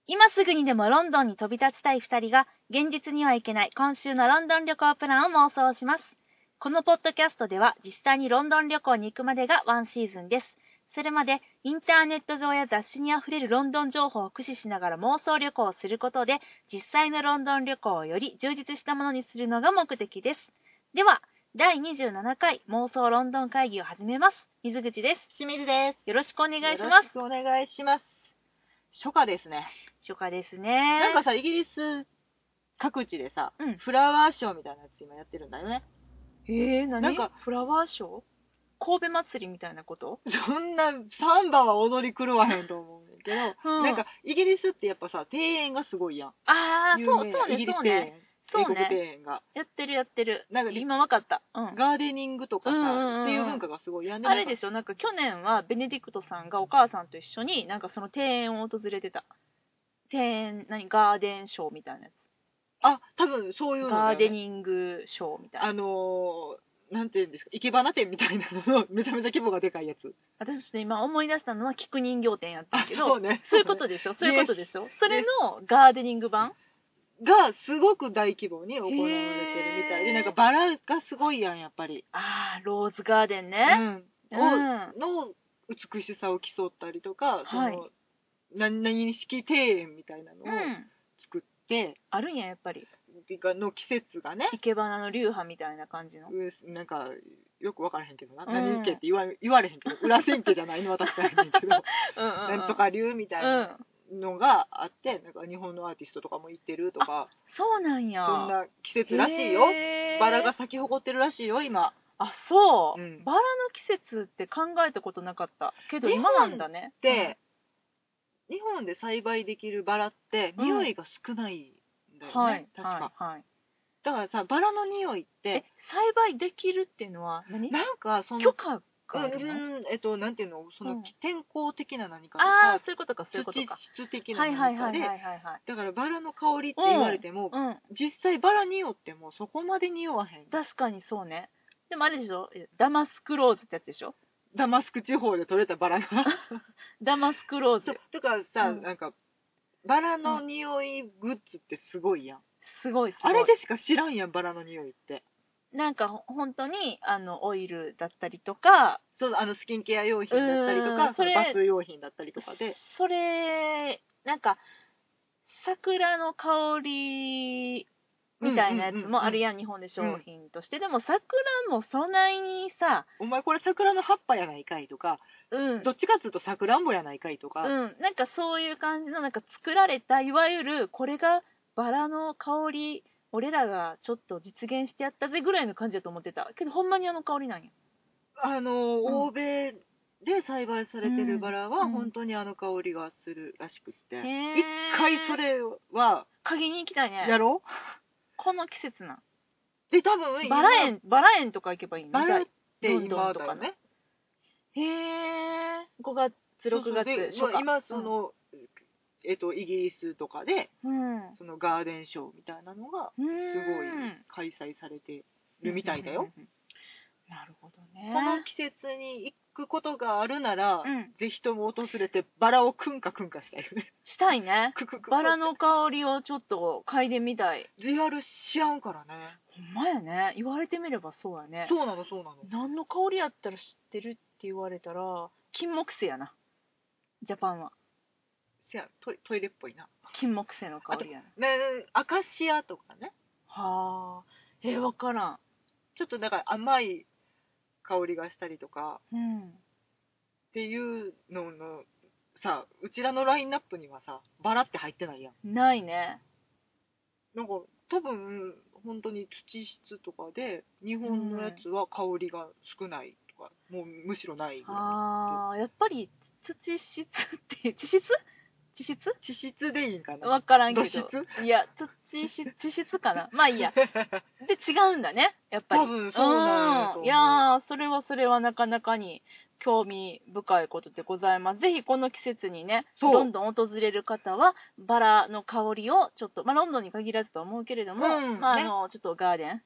今すぐにでもロンドンに飛び立ちたい2人が現実には行けない今週のロンドン旅行プランを妄想します。このポッドキャストでは実際にロンドン旅行に行くまでがワンシーズンです。それまでインターネット上や雑誌にあふれるロンドン情報を駆使しながら妄想旅行をすることで実際のロンドン旅行をより充実したものにするのが目的です。では第27回妄想ロンドン会議を始めます。水口です。 清水です。 よろしくお願いします。 よろしくお願いします。初夏ですね。 初夏ですね。 なんかさ、イギリス各地でさ、フラワーショーみたいなやつ今やってるんだよね。 何？なんかフラワーショー？神戸祭りみたいなこと？ そんなサンバは踊り狂わへんと思うんだけど、なんかイギリスってやっぱさ、庭園がすごいやん。 ああ、そうね、 イギリス庭園。英国庭園がやってる。なんか今分かった。 ガーデニングとかさ、っていう文化がすごいやんで。 あれでしょ、なんか去年はベネディクトさんがお母さんと一緒になんかその庭園を訪れてた。庭園、ガーデンショーみたいなやつ。 あ、多分そういうの、ね、 ガーデニングショーみたいな。 なんていうんですか、生け花店みたいなのめちゃめちゃ規模がでかいやつ。 私ね、今思い出したのは菊人形店やったけど、 そうね、 そういうことでしょ、そういうことでしょ、それのガーデニング版がすごく大規模に行われてるみたいで、なんかバラがすごいやん、やっぱり。 ローズガーデンね。 の美しさを競ったりとか、その、何式庭園みたいなのを作って、 あるんや、やっぱり。 の季節がね。 生け花の流派みたいな感じの。 なんか、よくわからへんけどな。何家って言われへんけど、裏千家じゃないのは確かにけど、なんとか流みたいなのがあって、なんか日本のアーティストとかも行ってるとか。 そうなんや。 そんな季節らしいよ。バラが咲き誇ってるらしいよ、今。 あ、そう。バラの季節って考えたことなかった。けど今なんだね。 日本で栽培できるバラって匂いが少ないんだよね、確か。だからさ、バラの匂いって栽培できるっていうのは何？ なんかその許可があるの？ なんていうの、その天候的な何かとか、 そういうことか、そういうことか。 土質的な何かで、だからバラの香りって言われても、実際バラ匂ってもそこまで匂わへん。 確かにそうね。でもあれでしょ、ダマスクローズってやつでしょ。 ダマスク地方で採れたバラがダマスクローズとかさ、なんかバラの匂いグッズってすごいやん。 すごい。 あれでしか知らんやん、バラの匂いって。 なんか本当にオイルだったりとか、 そうスキンケア用品だったりとか、それバス用品だったりとかで、 それなんか桜の香りみたいなやつもあるやん、日本で商品として。でも桜もそないにさ、 お前これ桜の葉っぱやないかいとか、どっちかっつうと桜んぼやないかいとか、 なんかそういう感じのなんか作られたいわゆるこれがバラの香り、俺らがちょっと実現してやったぜぐらいの感じだと思ってたけど、ほんまに香りなんや。 欧米で栽培されてるバラは本当に香りがするらしくって、一回それは嗅ぎに行きたいね。 やろう。 この季節な。 で多分バラ園とか行けばいいの？ バラって今だよね。 へえ。5月6月初夏。今そのイギリスとかで、そのガーデンショーみたいなのがすごい開催されてるみたいだよ。 なるほどね。 この季節に行くことがあるなら、ぜひとも訪れてバラをクンカしたいよね。 したいね。バラの香りをちょっと嗅いでみたい。 JR 知らんからね。 ほんまやね。言われてみればそうやね。 そうなの。 何の香りやったら知ってるって言われたら、金木犀やな。ジャパンは。 トイレっぽいな。 金木犀の香りやな。アカシアとかね。 はあ。わからん。 ちょっとだから甘い香りがしたりとか、っていうののさ、うちらのラインナップにはさ、バラって入ってないやん。 ないね。 なんか多分本当に土質とかで日本のやつは香りが少ないとか、もうむしろないぐらい。 やっぱり土質って地質でいいんかな。 分からんけど。いや、地質かな。まあいいや。で、違うんだね。やっぱり。 多分そうなんだ。 いやー、それはなかなかに興味深いことでございます。ぜひこの季節にね、ロンドン訪れる方は、バラの香りをちょっと、ロンドンに限らずとは思うけれども、ちょっとガーデン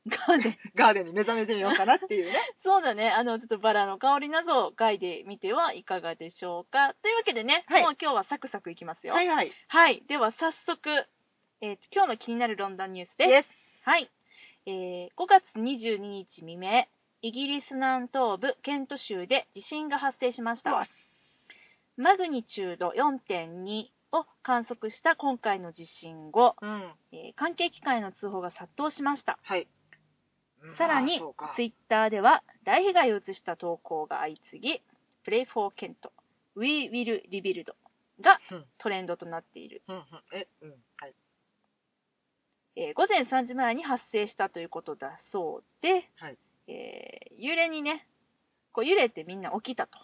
ガーデンに目覚めてみようかなっていうね。 そうだね。ちょっとバラの香りなどを嗅いでみてはいかがでしょうか。というわけでね、もう今日はサクサクいきますよ。 はいはい。 はい。では早速、今日の気になるロンドンニュースです。はい。5月22日未明、イギリス南東部ケント州で地震が発生しました。マグニチュード 4.2 を観測した今回の地震後、関係機関への通報が殺到しました。 はい。 さらに、ツイッターでは大被害を映した投稿が相次ぎ、Pray for Kent, We Will Rebuild がトレンドとなっている。午前3時前に発生したということだそうで、はい、揺れにね、こう揺れてみんな起きたと。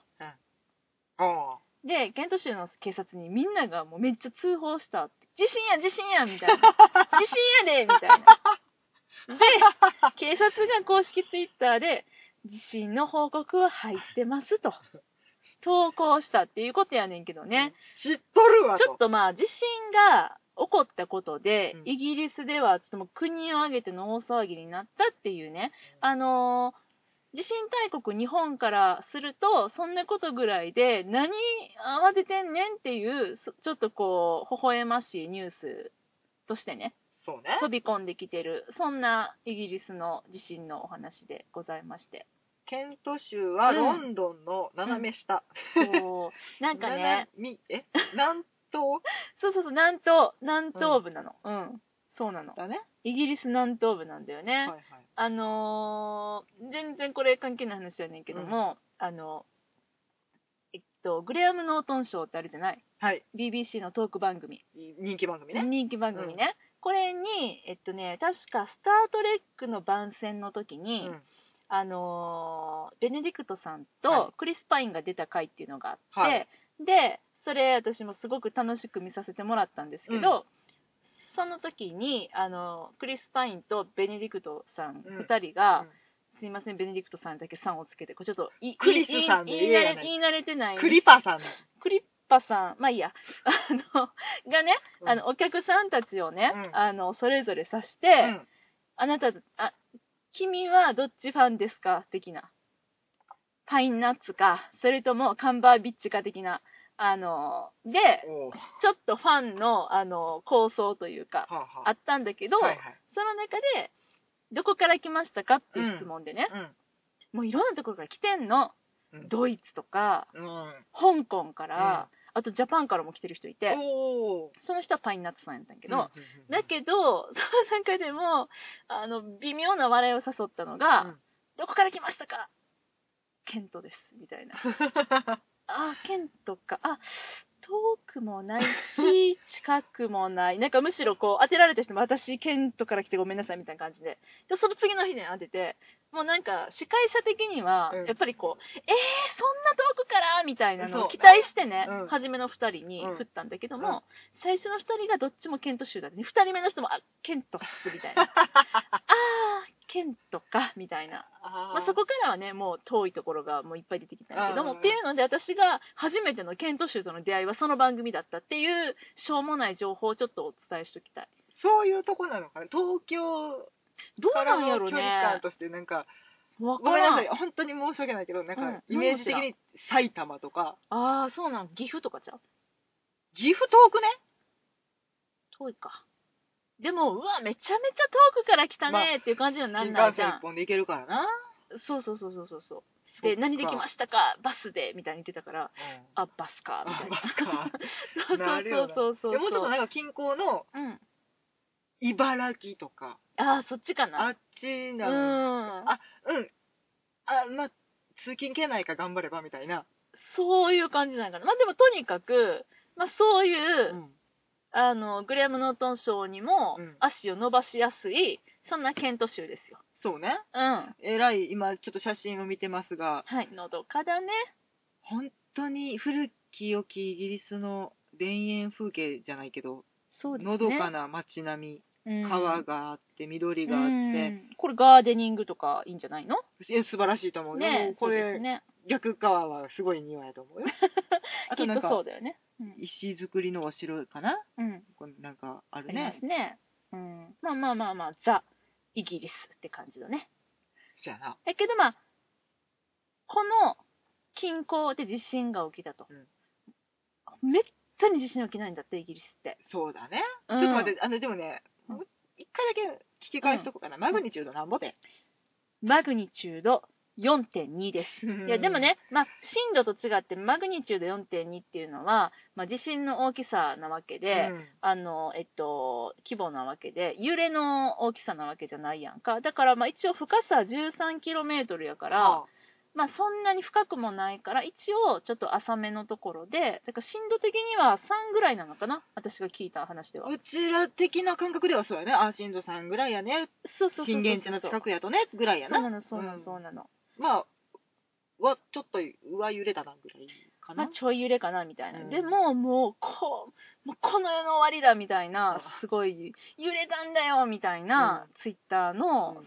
で、ケント州の警察にみんながもうめっちゃ通報した。地震やみたいな。地震やでみたいな。で、警察が公式ツイッターで地震の報告は入ってますと投稿したっていうことやねんけどね。 知っとるわと。 ちょっとまあ地震が起こったことで、イギリスではちょっともう国を挙げての大騒ぎになったっていうね。地震大国日本からするとそんなことぐらいで何慌ててんねんっていうちょっとこう微笑ましいニュースとしてね。 そうね、 飛び込んできてるそんなイギリスの地震のお話でございまして、 ケント州はロンドンの斜め下、 そうなんかね南東そう南東部なの、そうなのだね。 イギリス南東部なんだよね、全然これ関係ない話やねんけども、グレアム・ノートン賞ってあるじゃない、はい、BBC のトーク番組、 人気番組ね、 これに確かスタートレックの番宣の時に、ベネディクトさんとクリス・パインが出た回っていうのがあって、はい、でそれ私もすごく楽しく見させてもらったんですけど、その時にクリス・パインとベネディクトさん2人が、すいませんベネディクトさんだけさんをつけてこれちょっとクリスさんで言い慣れてないクリパさんまあいいやがね、お客さんたちをね、それぞれ指して、君はどっちファンですか的な、パインナッツかそれともカンバービッチか的なでちょっとファンの構想というか、あったんだけど、その中でどこから来ましたかっていう質問でね、もういろんなところから来てんの、ドイツとか、香港から、あとジャパンからも来てる人いて、その人はパインナッツさんやったんやけど、だけどその中でも微妙な笑いを誘ったのが、どこから来ましたか、ケントですみたいなケントか、遠くもないし近くもないなんかむしろこう当てられた人も私ケントから来てごめんなさいみたいな感じで、その次の日に当てて、もうなんか司会者的にはやっぱりこう、そんな遠くからみたいなのを期待してね、初めの2人に振ったんだけども、最初の2人がどっちもケント州だね、2人目の人もケントっすみたいなケントかみたいな、そこからはねもう遠いところがもういっぱい出てきたんだけども、っていうので私が初めてのケント州との出会いはその番組だったっていうしょうもない情報をちょっとお伝えしておきたい。 そういうとこなのかな、東京からの距離感としてなんか、ごめんなさい本当に申し訳ないけど、なんかイメージ的に埼玉とか、 そうなの、岐阜とかちゃう、 岐阜遠くね、 遠いか、でもうわめちゃめちゃ遠くから来たねっていう感じにはなんないじゃん、 新幹線一本で行けるからな。 そうで何で来ましたか、バスでみたいに言ってたから、バスかみたいな、 そうもうちょっとなんか近郊の茨城とか、 そっちかな、 あっちなの、通勤圏内か頑張ればみたいな、 そういう感じなんかな。でもとにかくそういう、グレアム・ノートン賞にも足を伸ばしやすい、そんなケント州ですよ。 そうね。えらい今ちょっと写真を見てますが、 のどかだね。 本当に古き良きイギリスの田園風景じゃないけど、そうですね、のどかな街並み、川があって緑があって、 これガーデニングとかいいんじゃないの？ 素晴らしいと思うね。これ逆側はすごい庭やと思うよ。あとなんかそうだよね。石造りのお城かな？なんかあるね。 ありますね。まあザイギリスって感じだね。 そうやな。 だけどこの近郊で地震が起きたと、めったに地震起きないんだって、イギリスって。 そうだね、ちょっと待って、でもね、もう一回だけ聞き返しとこうかな、マグニチュードなんぼで。 マグニチュード4.2 です。いやでもね、震度と違ってマグニチュード 4.2 っていうのは、地震の大きさなわけで、規模なわけで、揺れの大きさなわけじゃないやんか。だから一応深さ 13km やから、そんなに深くもないから、一応ちょっと浅めのところで、だから震度的には3ぐらいなのかな、私が聞いた話では。 うちら的な感覚ではそうやね。震度3ぐらいやね。震源地の近くやとねぐらいやな。 そうなの。 ちょっと上揺れたなぐらいかな。 ちょい揺れかなみたいな。でももうこの世の終わりだみたいな、すごい揺れたんだよみたいな、ツイッターの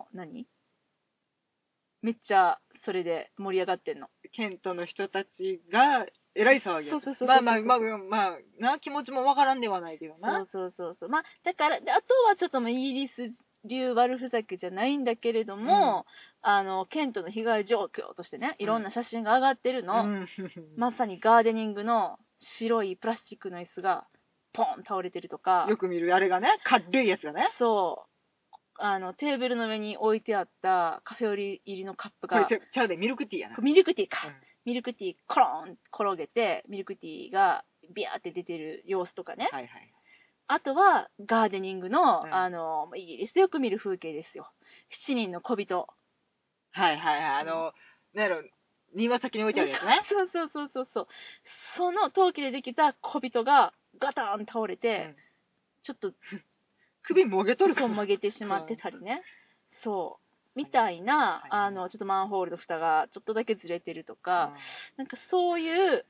めっちゃそれで盛り上がってんの。 ケントの人たちがえらい騒ぎや。気持ちもわからんではないけどな。 そうだから、あとはちょっとイギリス流悪ふざけじゃないんだけれども、ケントの被害状況としてね、いろんな写真が上がってるの。まさにガーデニングの白いプラスチックの椅子がポン倒れてるとか。 よく見るあれがね、軽いやつがね。 そう。テーブルの上に置いてあったカフェオレ入りのカップが、 これちゃうで、ミルクティーやな。 ミルクティーか、ミルクティーコロン転げてミルクティーがビャーって出てる様子とかね、あとはガーデニングの、イギリスでよく見る風景ですよ。7人の小人。 なんやろ、庭先に置いてあるやつね。 そう。その陶器でできた小人がガタン倒れて、ちょっと首もげとるかも。曲げてしまってたりね。そうみたいな、ちょっとマンホールの蓋がちょっとだけずれてるとか、なんかそういう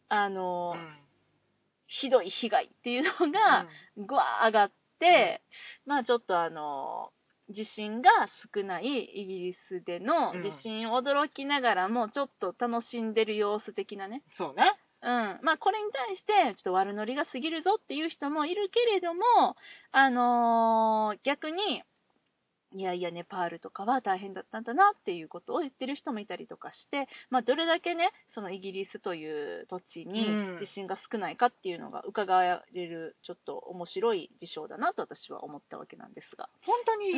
ひどい被害っていうのがぐわー上がって、ちょっと地震が少ないイギリスでの地震驚きながらもちょっと楽しんでる様子的なね。 そうね。 これに対してちょっと悪ノリが過ぎるぞっていう人もいるけれども、逆にいやネパールとかは大変だったんだなっていうことを言ってる人もいたりとかして、どれだけねそのイギリスという土地に地震が少ないかっていうのが伺われるちょっと面白い事象だなと私は思ったわけなんですが、 本当に、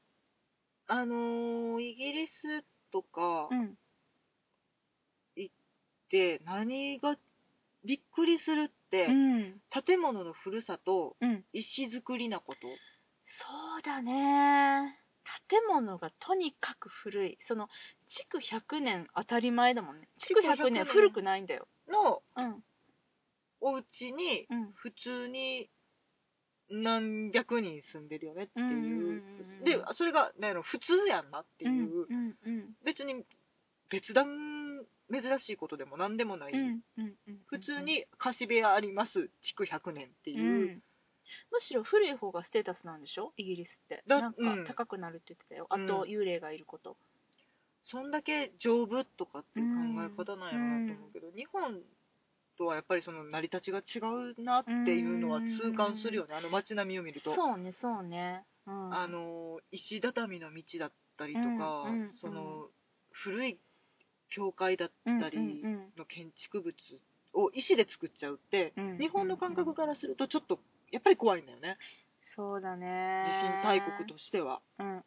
イギリスとか行って何がびっくりするって、建物の古さと石造りなこと。 そうだね。建物がとにかく古い。その築100年当たり前だもんね。築100年古くないんだよ。 のお家に普通に何百人住んでるよねっていう。で、それが普通やんなっていう。別に別段珍しいことでも何でもない。普通に貸し部屋あります。築100年っていう。 むしろ古い方がステータスなんでしょ、イギリスって。なんか高くなるって言ってたよ。あと幽霊がいること。 そんだけ丈夫とかっていう考え方なんやろなと思うけど、日本とはやっぱりその成り立ちが違うなっていうのは痛感するよね。街並みを見ると。 そうね。 石畳の道だったりとか、その古い教会だったりの建築物を石で作っちゃうって、日本の感覚からするとちょっとやっぱり怖いんだよね。 そうだね。 地震大国としては。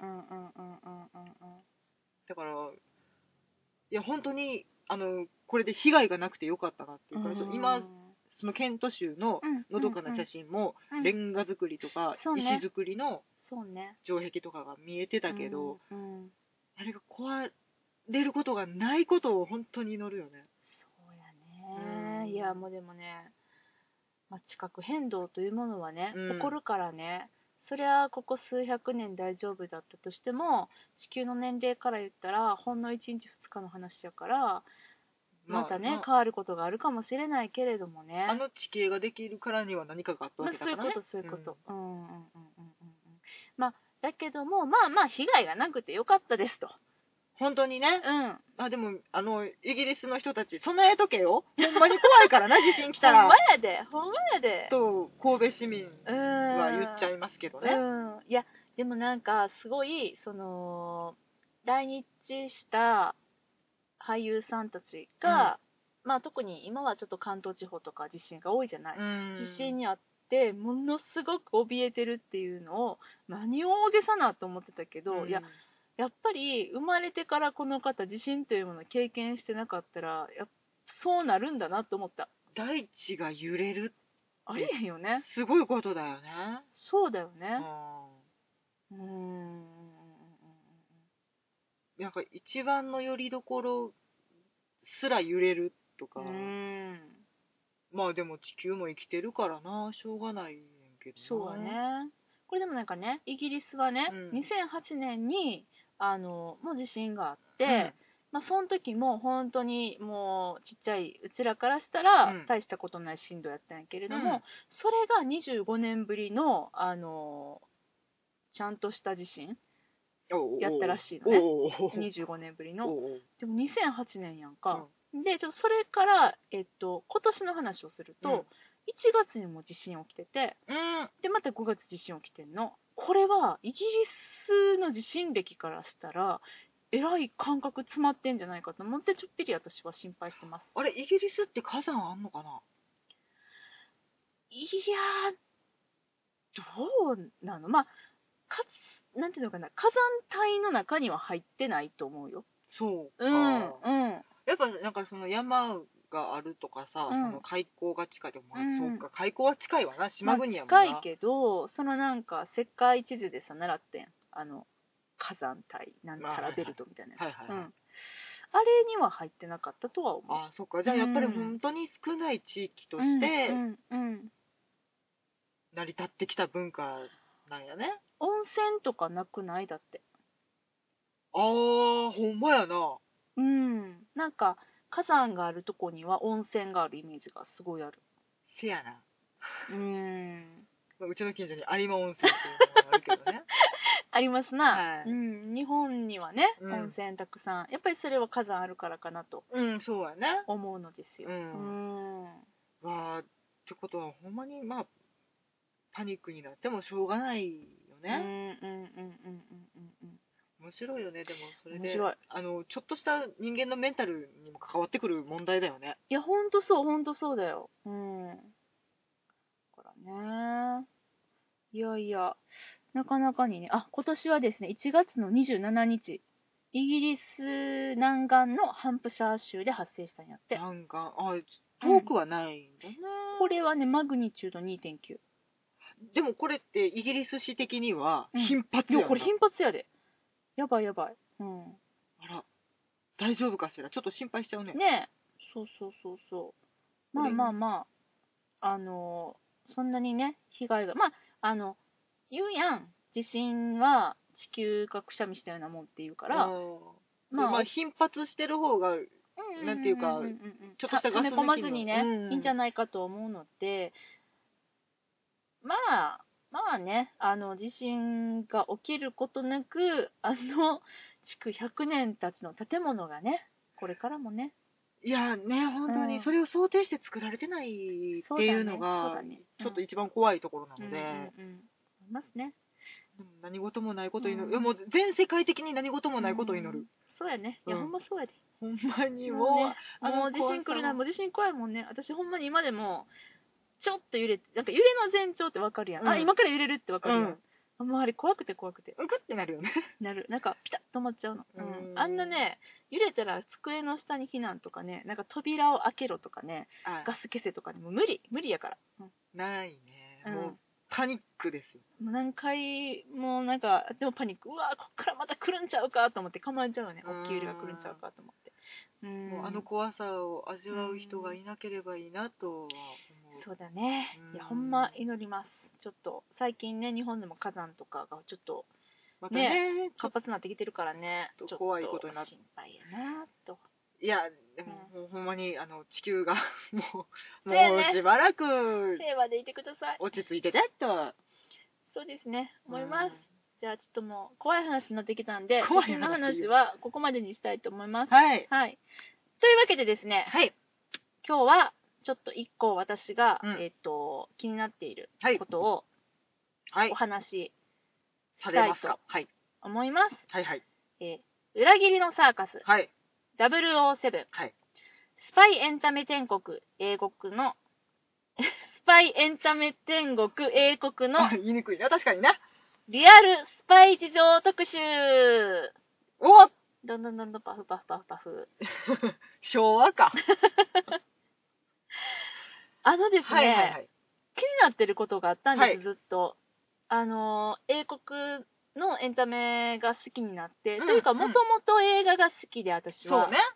だからいや本当にこれで被害がなくてよかったなっていうか、今そのケント州ののどかな写真もレンガ造りとか石造りの城壁とかが見えてたけど、あれが壊れることがないことを本当に祈るよね。 そうやね。いやもうでもね、地殻変動というものはね、起こるからね。そりゃここ数百年大丈夫だったとしても、地球の年齢から言ったらほんの1日2日の話やから、またね、変わることがあるかもしれないけれどもね。 地形ができるからには何かがあったわけだからね。 そういうこと。だけども被害がなくてよかったですと。 本当にね。でもイギリスの人たち備えとけよ。ほんまに怖いからな、地震来たら。 ほんまやで。 と神戸市民は言っちゃいますけどね。 いやでもなんかすごい来日した俳優さんたちが、まあ特に今はちょっと関東地方とか地震が多いじゃない、地震にあってものすごく怯えてるっていうのを何を大げさなと思ってたけど、やっぱり生まれてからこの方地震というものを経験してなかったらそうなるんだなと思った。 大地が揺れるありえへんよね。 すごいことだよね。 そうだよね。 なんか一番の拠り所すら揺れるとか。まあでも地球も生きてるからな、しょうがないけどな。 そうだね。これでもなんかね、イギリスはね、2008年にもう地震があって、まあその時も本当にもうちっちゃいうちらからしたら大したことない震度やったんやけれども、それが25年ぶりのちゃんとした地震やったらしいのね。25年ぶりの。でも2008年やんか。で、ちょっとそれから、今年の話をすると、1月にも地震起きてて、で、また5月地震起きてんの。これは、イギリスの地震歴からしたら、えらい感覚詰まってんじゃないかと思って、ちょっぴり私は心配してます。 あれ、イギリスって火山あんのかな？ いやー、どうなの？まあ、なんていうのかな、火山帯の中には入ってないと思うよ。 そうか。やっぱなんかその山があるとかさ、その海溝が近いとか、そうか、海溝は近いわな、島国やもんな。 近いけど、なんか世界地図でさ、習ってん。火山帯、なんたらベルトみたいなやつ。あれには入ってなかったとは思う。 あ、そっか。じゃあやっぱり本当に少ない地域として、成り立ってきた文化なんやね。 温泉とかなくない？だって。 ああ、ほんまやな。 なんか火山があるとこには温泉があるイメージがすごいある。 せやな。 うちの近所に有馬温泉っていうのがあるけどね。 ありますな。日本にはね、温泉たくさん。やっぱりそれは火山あるからかなと。 そうやね。 思うのですよ。 わあ、ってことはほんまにまあパニックになってもしょうがないよね。面白いよね。でもそれでちょっとした人間のメンタルにも関わってくる問題だよね。 いやほんとそうだよ。だからね。いやなかなかにね。今年はですね、1月の27日イギリス南岸のハンプシャー州で発生したんやって。 南岸、遠くはないんだね。 これはね、マグニチュード 2.9。 でもこれってイギリス史的には頻発やん。 これ頻発やで。やばい。 あら、大丈夫かしら。ちょっと心配しちゃうね。 ねえ。そう。まあ、そんなにね、被害が。言うやん。地震は地球がくしゃみしたようなもんっていうから、 頻発してる方が、なんていうか、ちょっとしたガス抜き溜め込まずにね、いいんじゃないかと思うので、まあね、地震が起きることなく、築100年たちの建物がね、これからもね。 いやね、本当にそれを想定して作られてないっていうのが、ちょっと一番怖いところなので。 ありますね。 でも何事もないことを祈る。もう全世界的に何事もないことを祈る。 そうやね。いや、ほんまそうやで。 ほんまにもう地震来るな、もう地震怖いもんね。私ほんまに今でも、ちょっと揺れて、なんか揺れの前兆ってわかるやん。今から揺れるってわかるやん。もうあれ怖くて。グッてなるよね。 なる。なんかピタッと止まっちゃうの。あんなね、揺れたら机の下に避難とかね、なんか扉を開けろとかね、ガス消せとかね、もう無理やから。 ないね。もうパニックですよ。 何回もなんか、でもパニック。うわー、こっからまた来るんちゃうかと思って構えちゃうよね。大きい揺れが来るんちゃうかと思って。 もう怖さを味わう人がいなければいいなとは思う。 そうだね。いやほんま祈ります。ちょっと最近ね、日本でも火山とかがちょっとまたね、 活発になってきてるからね、 ちょっと怖いことになって心配やなと。 いやでも、ほんまに地球がもうしばらく平和でいてください。 落ち着いてねと。 そうですね、思います。じゃあちょっともう怖い話になってきたんで、地震の話はここまでにしたいと思います。はい。というわけでですね、今日はちょっと一個私が、気になっていることをお話ししたいとはい。 思います。 はいはい。 裏切りのサーカス、 はい。 007、 はい。 スパイエンタメ天国、英国の、スパイエンタメ天国、英国の、 言いにくいな、確かにな。 リアルスパイ事情特集。 おどんどんどんどんパフパフパフパフ。 昭和か。 ですね、 はいはいはい。 気になってることがあったんです、 はいずっと。英国のエンタメが好きになって、というか、もともと映画が好きで、私は。 そうね。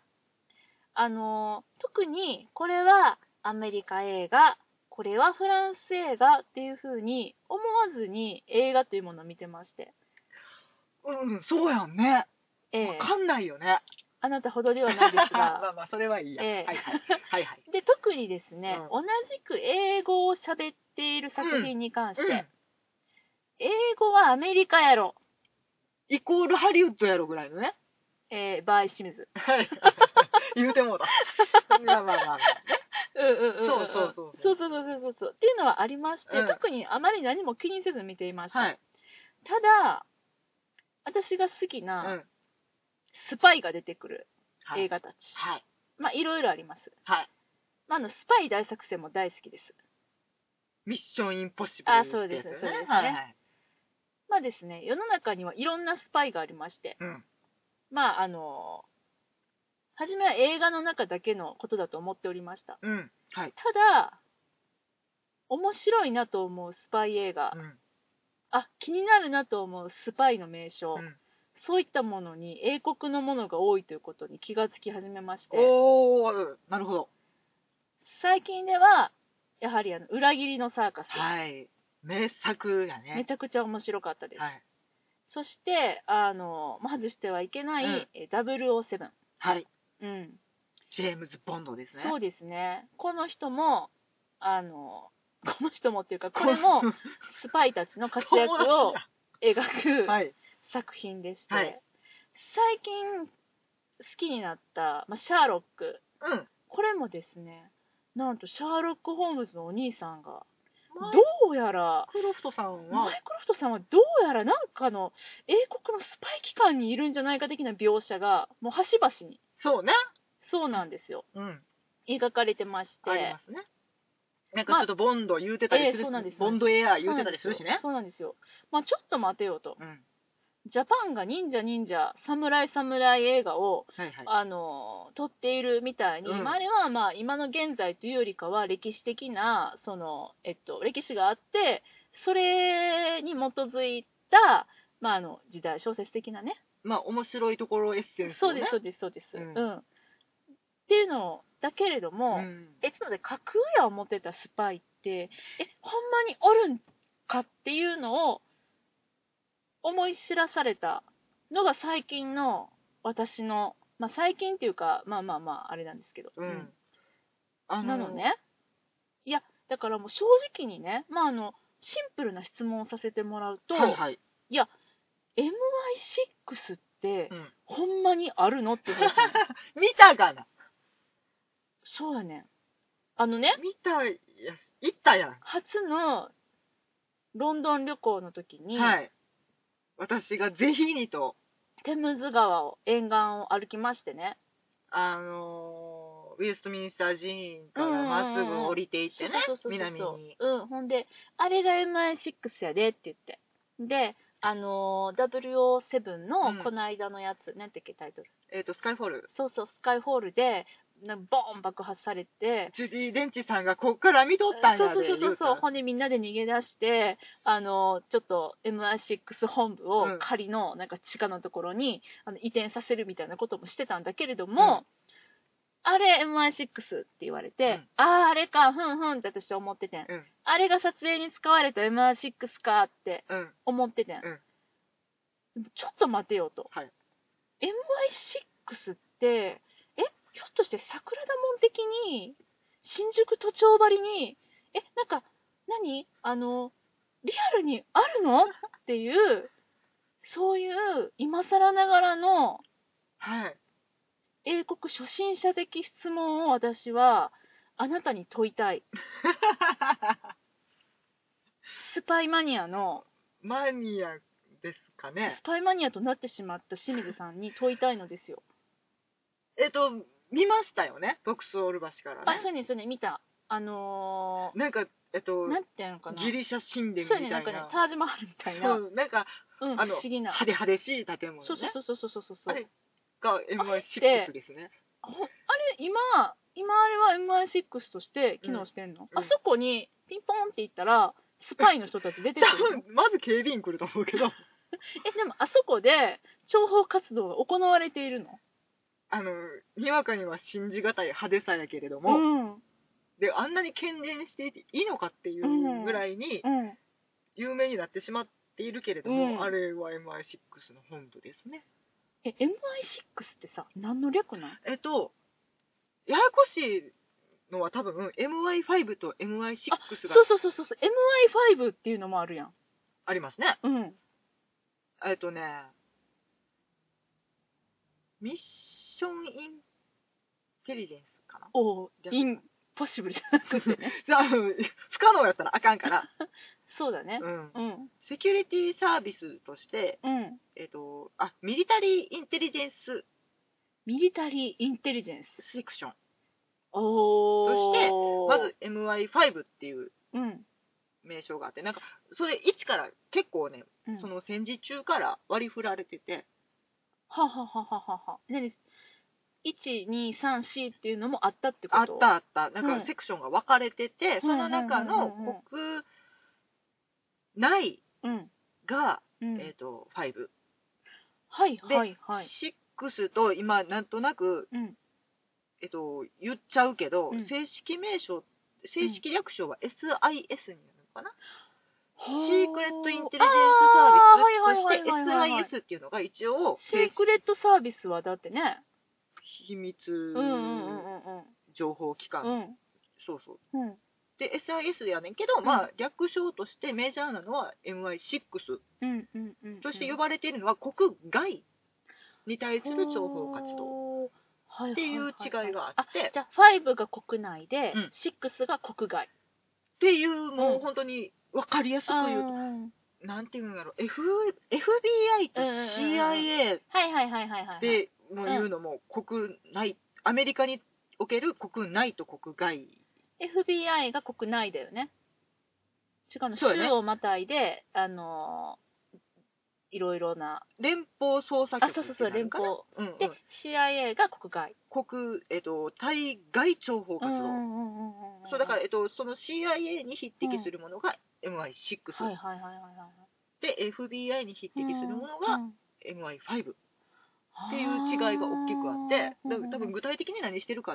特に、これはアメリカ映画、これはフランス映画っていう風に思わずに映画というものを見てまして。 そうやんね。 わかんないよね。 あなたほどではないですが。 まあまあ、それはいいや。はいはい。はいはい。 で、特にですね、同じく英語を喋っている作品に関して、英語はアメリカやろ。 イコールハリウッドやろぐらいのね。 バイ清水。 はい。言うてもうた。まあまあまあ。 そうっていうのはありまして、特にあまり何も気にせず見ていました。ただ、私が好きなスパイが出てくる映画たち。まあ、いろいろあります。まあ、スパイ大作戦も大好きです。 ミッションインポッシブル。 そうですね。まあですね、世の中にはいろんなスパイがありまして、まあ、初めは映画の中だけのことだと思っておりました。ただ、面白いなと思うスパイ映画、気になるなと思うスパイの名称、そういったものに英国のものが多いということに気がつき始めまして、 なるほど。 最近では、やはり裏切りのサーカス。 名作やね。 めちゃくちゃ面白かったです。そして、外してはいけない、007。 ジェームズ・ボンドですね。 そうですね。この人もっていうか、これもスパイたちの活躍を描く作品でして、最近好きになった、シャーロック、これもですね、なんとシャーロック・ホームズのお兄さんが、どうやら、マイクロフトさんはどうやらなんかの英国のスパイ機関にいるんじゃないか的な描写が、もう端々に。そうなんですよ。描かれてまして。 ありますね。なんかちょっとボンド言うてたりするし、ボンドエアー言うてたりするしね。 そうなんですよ。まあちょっと待てよと。ジャパンが忍者、侍映画を、撮っているみたいに、あれはまあ今の現在というよりかは歴史的な、歴史があって、それに基づいた、時代、小説的なね。 面白いところエッセンスをね。 そうです。っていうのだけれども、つまり架空や思ってたスパイって、ほんまにおるんかっていうのを思い知らされたのが最近の私の、最近っていうか、あれなんですけど。なのね。いや、だからもう正直にね、シンプルな質問をさせてもらうと、いや、MI6 って、ほんまにあるのって話ね。 見たがな。 そうやね。 見たや、行ったやん。 初のロンドン旅行の時に、 私がぜひにとテムズ川を沿岸を歩きましてね、 ウェストミンスター寺院からまっすぐ降りていってね、南に。 ほんで、あれが MI6 やでって言って。で、007のこの間のやつ、なんてっけタイトル。 スカイフォール。 スカイフォールで、ボーン爆発されて、 ジュディ・デンチさんがこっから見とったんやで。 ほんでみんなで逃げ出して、ちょっと MI6 本部を仮のなんか地下のところに移転させるみたいなこともしてたんだけれども、あれ MI6 って言われて、あれか、ふんって私は思っててん。あれが撮影に使われた MI6 かって思っててん。でもちょっと待てよと。MI6 って、ひょっとして桜田門的に、新宿都庁張に、なんか、リアルにあるのっていう、そういう今更ながらの、英国初心者的質問を私はあなたに問いたい。スパイマニアのマニアですかね。 スパイマニアとなってしまった清水さんに問いたいのですよ。 見ましたよね、ボクソール橋からね。 そうね見た。 なんかなんていうのかな、 ギリシャ神殿みたいな。 なんかね、タージマハルみたいな。 そう、なんか、 不思議な。 派手しい建物ね。 そう。 あれが MI6 ですね。 あれ、今あれは MI6 として機能してんの？あそこにピンポンって言ったら、スパイの人たち出てくるの？ 多分、まず警備員来ると思うけど。 でもあそこで諜報活動が行われているの？ にわかには信じがたい派手さやけれども、で、あんなに喧伝していていいのかっていうぐらいに有名になってしまっているけれども、あれは MI6 の本土ですね。 MI6 ってさ、何の略なん？ ややこしいのは多分 MI5 と MI6 がそう MI5 っていうのもあるやん。 ありますね。ミッションインテリジェンスかな。 インポッシブルじゃなくてね。 不可能やったらあかんから。 そうだね。 セキュリティサービスとして、ミリタリーインテリジェンス。 ミリタリーインテリジェンスセクション。として、まず MI5 っていう名称があって、なんか、それ1から結構ね、その戦時中から割り振られてて。 何1、2、3、4っていうのもあったってこと？ あった。なんかセクションが分かれてて、その中の国内が、5。で、6と今なんとなく、言っちゃうけど、正式略称は SIS になるのかな？シークレットインテリジェンスサービスとして SIS っていうのが一応シークレットサービスはだってね、 秘密情報機関、そうで SIS やねんけど、略称としてメジャーなのは MI6 として呼ばれているのは国外に対する情報活動っていう違いがあって、 じゃあ5が国内で、6が国外っていう、もう本当に分かりやすく言うと、なんていうんだろう、FBI と CIA でも言うのも国内、アメリカにおける国内と国外。 FBI が国内だよね。しかも州をまたいで、いろいろな連邦捜査局っていう連邦、で CIA が国外、 対外諜報活動。そうだから、その CIA に匹敵するものが MI6、で FBI に匹敵するものが MI5 っていう違いが大きくあって、多分具体的に何してるかって、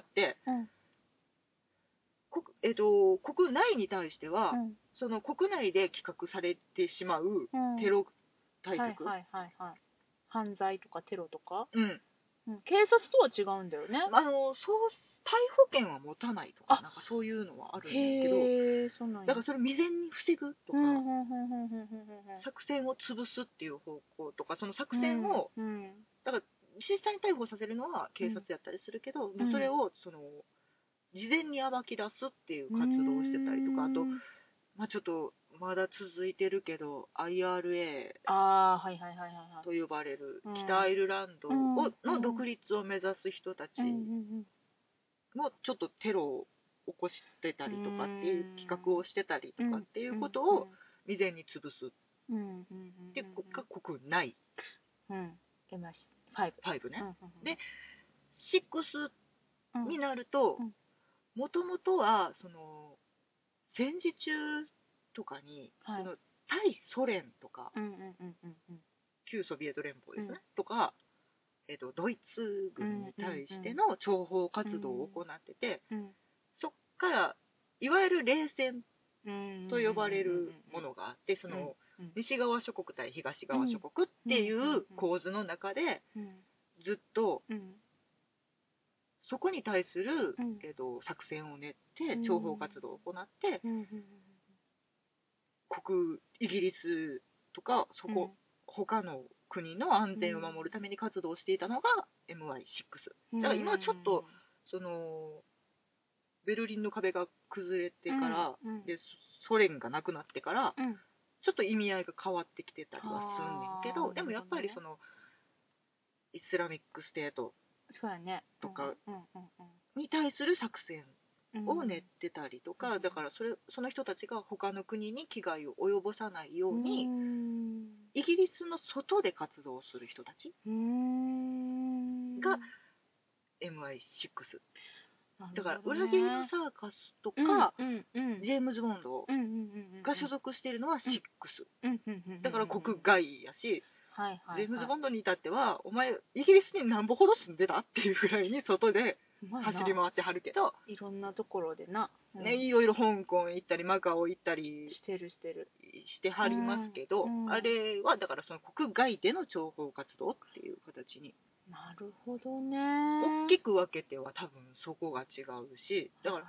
国内に対しては、その国内で企画されてしまうテロ対策、 犯罪とかテロとか、警察とは違うんだよね。 逮捕権は持たないとか、なんかそういうのはあるんですけど、だからそれ未然に防ぐとか、作戦を潰すっていう方向とか、その作戦を、だから実際に逮捕させるのは警察やったりするけど、それを事前に暴き出すっていう活動をしてたりとか、あと、ちょっとまだ続いてるけど IRA と呼ばれる北アイルランドの独立を目指す人たちもちょっとテロを起こしてたりとかっていう企画をしてたりとかっていうことを未然に潰すっていうが国内、 5 ね。で6になると、もともとはその戦時中とかに、その対ソ連とか、旧ソビエト連邦ですね、とか、ドイツ軍に対しての諜報活動を行ってて、そっからいわゆる冷戦と呼ばれるものがあって、その西側諸国対東側諸国っていう構図の中でずっとそこに対する、作戦を練って諜報活動を行って、イギリスとか他の国の安全を守るために活動していたのが MI6 だから今ちょっとそのベルリンの壁が崩れてから、でソ連がなくなってから、 ちょっと意味合いが変わってきてたりはすんねんけど、でもやっぱりそのイスラミックステートそうやねとかに対する作戦を練ってたりとか、だからその人たちが他の国に危害を及ぼさないように、イギリスの外で活動する人たちが MI6 だから裏切りのサーカスとか、ジェームズ・ボンドが所属しているのは6、だから国外やし、ジェームズ・ボンドに至ってはお前イギリスに何歩ほど住んでたっていうぐらいに外で走り回ってはるけど、 いろんなところでな、 ね、いろいろ香港行ったりマカオ行ったりしてはりますけど、あれはだからその国外での諜報活動っていう形に、 なるほどね、 大きく分けては多分そこが違うし、だから、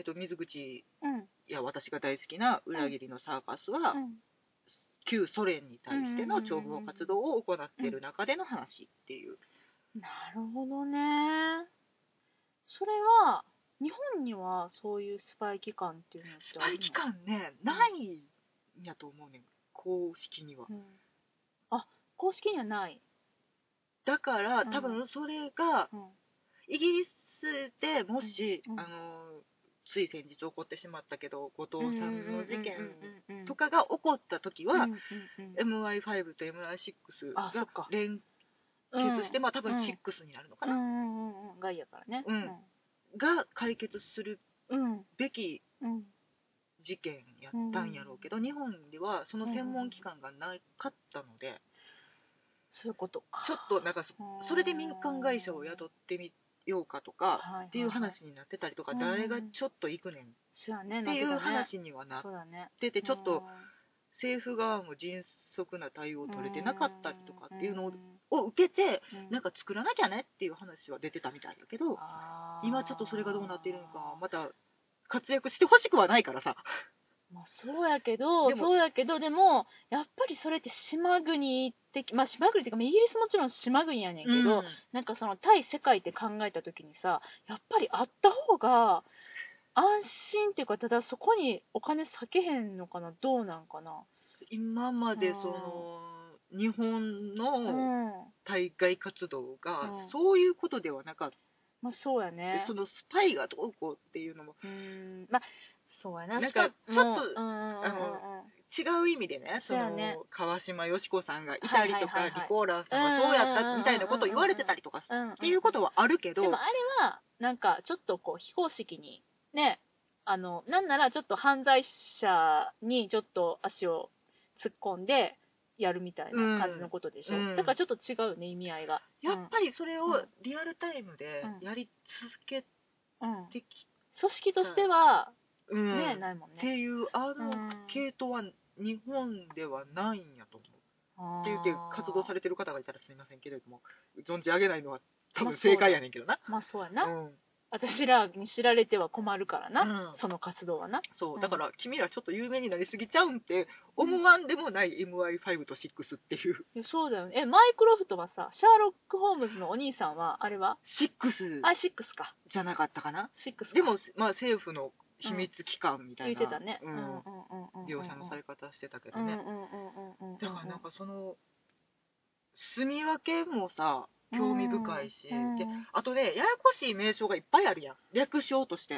水口や私が大好きな裏切りのサーカスは、旧ソ連に対しての諜報活動を行っている中での話っていう。 なるほどね。それは日本にはそういうスパイ機関っていうのってスパイ機関ね、ないんやと思うねん、公式には。 あ、公式にはない。 だから多分それが、イギリスでもし、つい先日起こってしまったけど後藤さんの事件とかが起こった時は、MI5 と MI6 が連結して、まあ多分6になるのかな、 外やからね、 が解決するべき事件やったんやろうけど、日本ではその専門機関がなかったので、 そういうことか。 ちょっとなんかそれで民間会社を雇ってみようかとかっていう話になってたりとか、誰がちょっと行くねんっていう話にはなってて、ちょっと政府側も迅速な対応を取れてなかったりとかっていうのを受けて、なんか作らなきゃねっていう話は出てたみたいだけど、今ちょっとそれがどうなっているのか、また活躍してほしくはないからさ。 まあ、そうやけどでもやっぱりそれって島国的、まあ島国っていうかイギリスもちろん島国やねんけど、なんかその対世界って考えた時にさ、やっぱりあった方が安心っていうか、ただそこにお金割けへんのかな、どうなんかな。 今までその日本の大会活動がそういうことではなかった。 まあそうやね。 そのスパイがどうこうっていうのもまあそうやな。 なんかちょっと違う意味でね、その川島よし子さんがいたりとか、リコーランさんがそうやったみたいなことを言われてたりとかっていうことはあるけど、 でもあれはなんかちょっとこう非公式にね、なんならちょっと犯罪者にちょっと足を突っ込んでやるみたいな感じのことでしょ、だからちょっと違うね、意味合いが。 やっぱりそれをリアルタイムでやり続けてき組織としてはね、ないもんねっていう系統は日本ではないんやと思うって言って活動されてる方がいたらすみませんけれども、存じ上げないのは多分正解やねんけどな。 まあそうやな、私らに知られては困るからな、その活動はな。 そうだから、君らちょっと有名になりすぎちゃうんって思わんでもない MI5 と6っていう。 そうだよね。マイクロフトはさ、シャーロック・ホームズのお兄さんはあれは 6 かじゃなかったかな。 6か。 でも、まあ、政府の秘密機関みたいな、 言ってたね、 描写のされ方してたけどね。だからなんかその住み分けもさ興味深いし、であとね、ややこしい名称がいっぱいあるやん、略称として。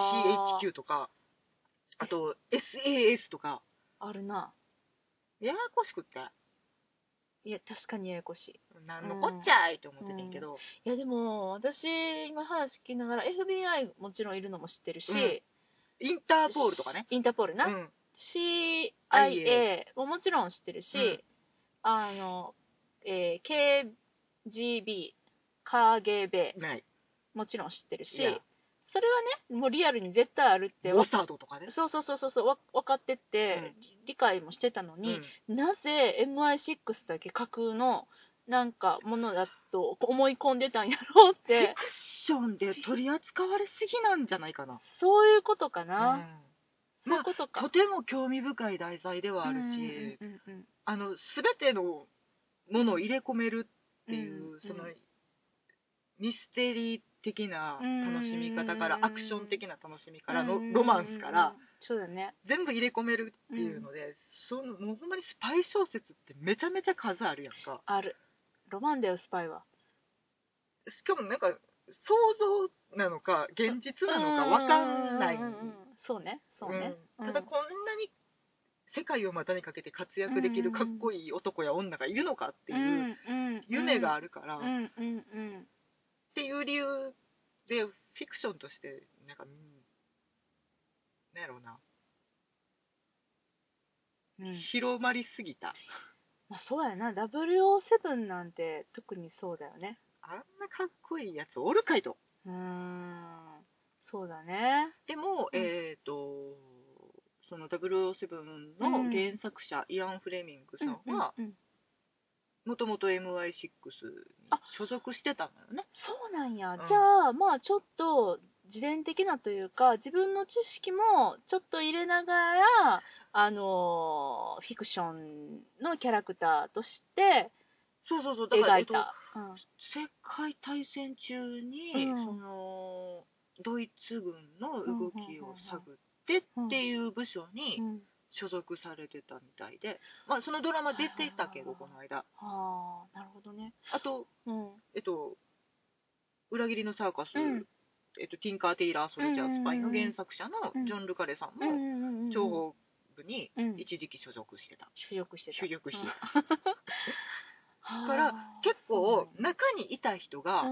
GCHQ とか、あと SAS とかあるな。 ややこしくって、 いや確かにややこしい、 なんのこっちゃいって思っててんけど、 いやでも私今話聞きながら FBI もちろんいるのも知ってるし、 インターポールとかね、 インターポールな、CIA ももちろん知ってるし、KGB カゲベもちろん知ってるし、それはねもうリアルに絶対あるってモサドとかね、 そう分かってて、理解もしてたのに、なぜ MI6 だけ架空のなんかものだと思い込んでたんやろうって。 フィクションで取り扱われすぎなんじゃないかな。 そういうことかな、そういうことか。 とても興味深い題材ではあるし、全てのものを入れ込めるっていう、そのミステリー的な楽しみ方から、アクション的な楽しみからのロマンスから、 そうだね。 全部入れ込めるっていうので、もうほんまにスパイ小説ってめちゃめちゃ数あるやんか。 ある。ロマンだよ、スパイは。 しかもなんか想像なのか現実なのか分かんない。 そうね、そうね。 ただこんなに世界を股にかけて活躍できるかっこいい男や女がいるのかっていう夢があるから、っていう理由でフィクションとしてなんか、なんやろうな、広まりすぎた。 まあそうやな、007なんて特にそうだよね。 あんなかっこいいやつおるかいと。 そうだね。 でも、その007の原作者、イアン・フレミングさんはもともと MI6 に所属してたんだよね。 そうなんや。じゃあまあちょっと自伝的なというか、自分の知識もちょっと入れながらフィクションのキャラクターとして描いた。 世界大戦中に、そのドイツ軍の動きを探ってっていう部署に所属されてたみたいで、まあそのドラマ出てたけどこの間。 なるほどね。 あと、裏切りのサーカス、ティンカー・テイラー・ソルジャー・スパイの原作者のジョン・ルカレさんも諜報部に一時期所属してた。 所属してた。 だから結構中にいた人が、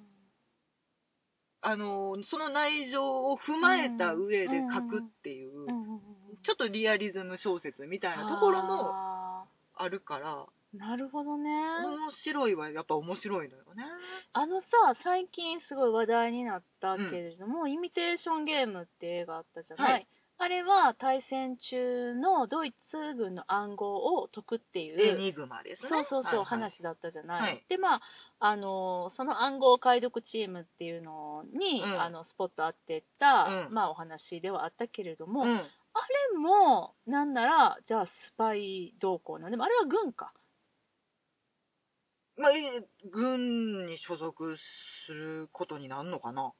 その内情を踏まえた上で書くっていう、ちょっとリアリズム小説みたいなところもあるから。 なるほどね。 面白いはやっぱ面白いのよね。 最近すごい話題になったけれども、イミテーションゲームって映画あったじゃない、あれは対戦中のドイツ軍の暗号を解くっていうエニグマですね。 話だったじゃない、でまあその暗号解読チームっていうのに、スポット当てた、お話ではあったけれども、あれもなんならじゃあスパイ同行なんでもあれは軍か。 まあ、軍に所属することになるのかな。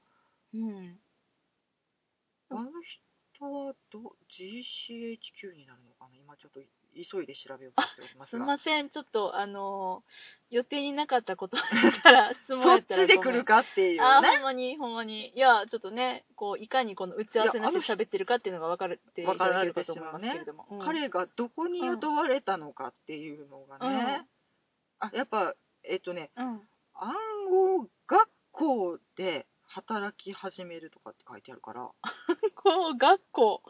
あの人はGCHQ になるのかな。今ちょっと急いで調べようとしておりますが。 すみません、ちょっと予定になかったことだったら質問やったらそっちで来るかっていうね。 ほんまに。いや、ちょっとね、いかにこの打ち合わせなしで喋ってるかっていうのが分かっていただけるかと思いますけれども。 彼がどこに雇われたのかっていうのがね。やっぱ、暗号学校で働き始めるとかって書いてあるから。 暗号学校。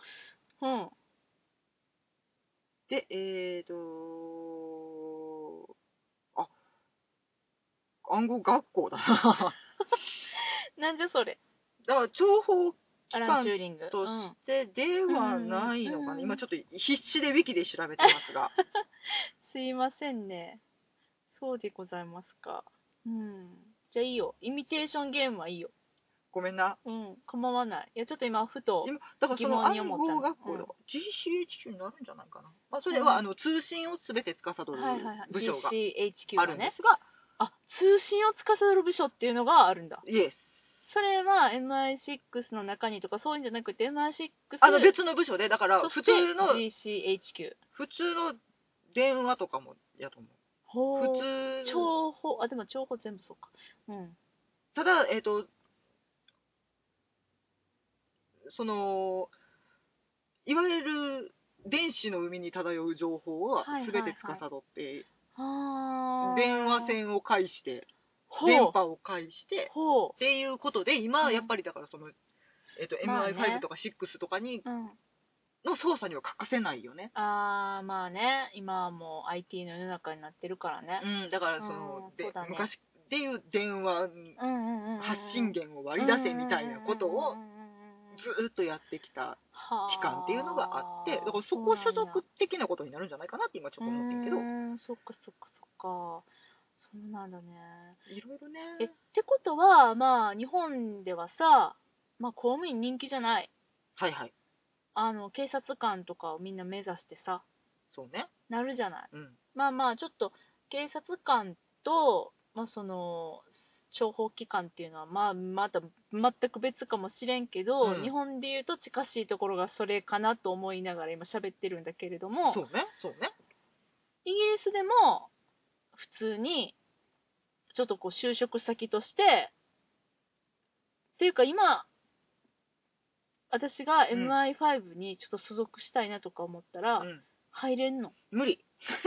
で、暗号学校だな。 なんじゃそれ。 だから情報機関チューリングとしてではないのかな。今ちょっと必死でウィキで調べてますが。 すいませんね。そうでございますか。じゃあいいよ。イミテーションゲームはいいよ。 ごめんな。 構わない。いや、ちょっと今、ふと疑問に思った。 暗号学校だから、GCHQ になるんじゃないかな。まあ、それは、通信をすべて司る部署があるんですが、 通信を司る部署っていうのがあるんだ。 イエス。 それは MI6 の中にとかそういうんじゃなくて MI6 別の部署で、だから普通の GCHQ 普通の電話とかもやと思う。 普通情報でも情報全部そうか。 ただそのいわゆる電子の海に漂う情報は全て司って、電話線を介して電波を介してっていうことで、今やっぱりだからその、MI5 とか6とかに、の操作には欠かせないよね。 まあね、今はもう IT の世の中になってるからね。 だからその、昔でいう電話発信源を割り出せみたいなことをずっとやってきた期間っていうのがあって、だからそこ所属的なことになるんじゃないかなって今ちょっと思ってるけど。 そっか。そうなんだね。 いろいろね。 ってことは、まあ日本ではさ、まあ公務員人気じゃない。警察官とかをみんな目指してさ、 そうね。 なるじゃない。まあちょっと警察官と、その諜報機関っていうのは、まあ、また全く別かもしれんけど、 うん日本でいうと近しいところがそれかなと思いながら今喋ってるんだけれども、 そうねそうね。 イギリスでも普通にちょっとこう就職先としてっていうか今私が MI5 にちょっと所属したいなとか思ったら、入れんの？ 無理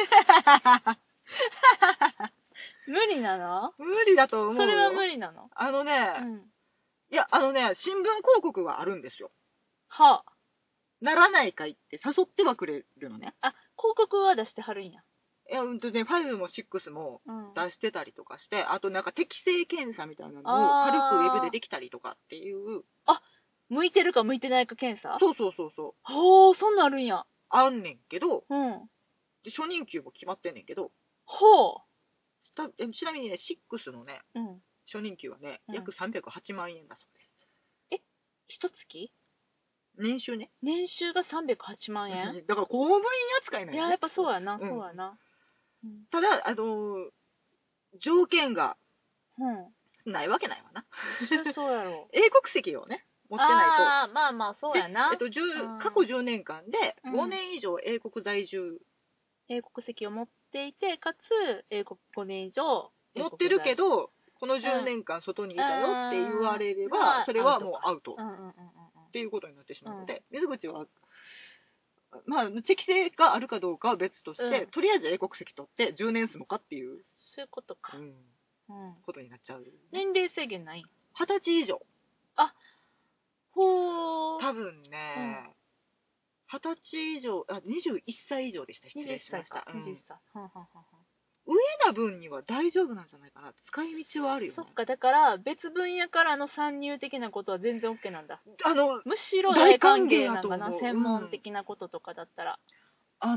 無理なの？ 無理だと思うよ。 それは無理なの？ いや新聞広告があるんですよ。 はあ。 ならないかいって誘ってはくれるのね。 あ、広告は出してはるんや。 いや5も6も出してたりとかして、あとなんか適性検査みたいなのを軽くウェブでできたりとかっていう。 向いてるか向いてないか検査？ そうほう、そんなんあるんや。 あんねんけど、で初任給も決まってんねんけど、 ほうちなみにね6のね、初任給はね、約308万円だそうです。 一月？ 年収ね。 年収が308万円だから公務員扱いなんいや、やっぱそうやな、そうやな。 ただ条件がないわけないわな。 そうやろ。 英国籍をね持ってないと。 まあまあそうやな。 過去10年間で5年以上英国在住、 英国籍を持っていて、かつ英国5年以上持ってるけどこの10年間外にいたよって言われれば、それはもうアウトっていうことになってしまうので、水口はまあ適性があるかどうかは別として、とりあえず英国籍取って10年住むかっていう、 そういうことか、 ことになっちゃう。 年齢制限ない ？20歳以上。 ほー。 多分ね、20歳以上、21歳以上でした。失礼しました。 21歳。 上な分には大丈夫なんじゃないかな。使い道はあるよね。 そっか、だから別分野からの参入的なことは全然 OK なんだ。むしろ大歓歓迎迎なのかな、専門的なこととかだったら。 あ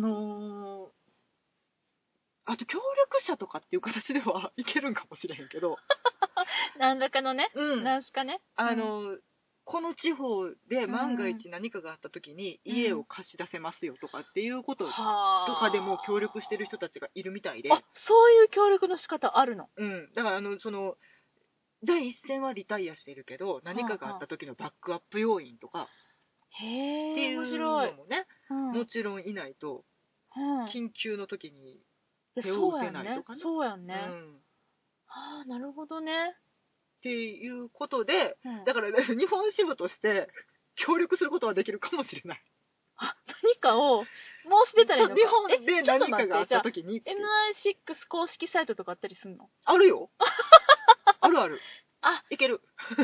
と協力者とかっていう形ではいけるんかもしれへんけど何らかのね、何しかね、 この地方で万が一何かがあった時に家を貸し出せますよとかっていうこととかでも協力してる人たちがいるみたいで、 そういう協力の仕方あるの？ だから第一線はリタイアしてるけど何かがあった時のバックアップ要員とかっていうのもね、もちろんいないと緊急の時に手を打てないとかね。 そうやんね。なるほどね。 っていうことで、だから、ね、日本支部として協力することはできるかもしれない。 何かを申し出たらいいのか。 日本で何かがあった時に。 MI6 公式サイトとかあったりするの？ あるよ。あるある。いける。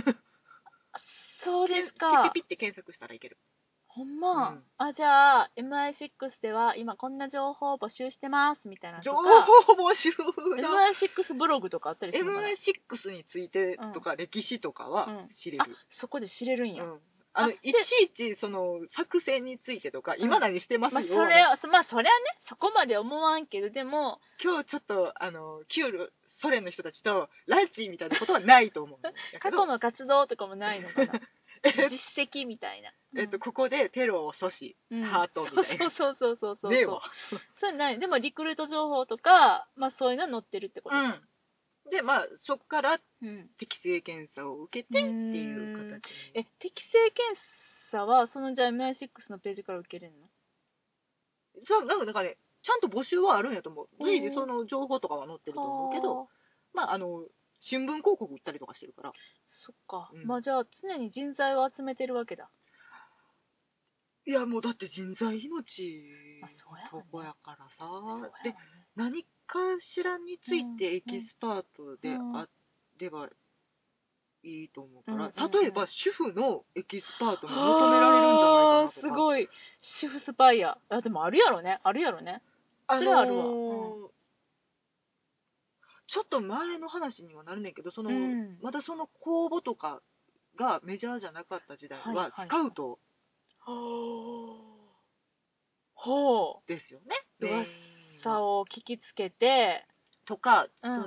そうですか。 ピピピって検索したらいける。 ほんま、じゃあ MI6 では今こんな情報を募集してますみたいなとか、 情報募集の MI6 ブログとかあったりするのかな。 MI6 についてとか、歴史とかは知れる。 そこで知れるんや。 いちいちその作戦についてとか、今何してますよ、 それはね、そこまで思わんけど、でも今日ちょっと旧ソ連の人たちとランチみたいなことはないと思う過去の活動とかもないのかな実績みたいな、 ここでテロを阻止、ハートみたいな。 そうねえわ。 それない。でもリクルート情報とか、そういうの載ってるってことか。 でそこから適性検査を受けてっていう形に。 適性検査はじゃあ MI6 のページから受けれるの？ なんかね、ちゃんと募集はあるんやと思う。随時その情報とかは載ってると思うけど、新聞広告売ったりとかしてるから。 そっか。じゃあ常に人材を集めてるわけだ。 いやもうだって人材命とこやからさ。で何かしらについてエキスパートであればいいと思うから、例えば主婦のエキスパートも求められるんじゃないかなとか。 すごい。主婦スパイヤー。でもあるやろね。それはあるわ。 ちょっと前の話にはなるねんけど、まだその公募とかがメジャーじゃなかった時代はスカウトですよね。 噂を聞きつけてとか、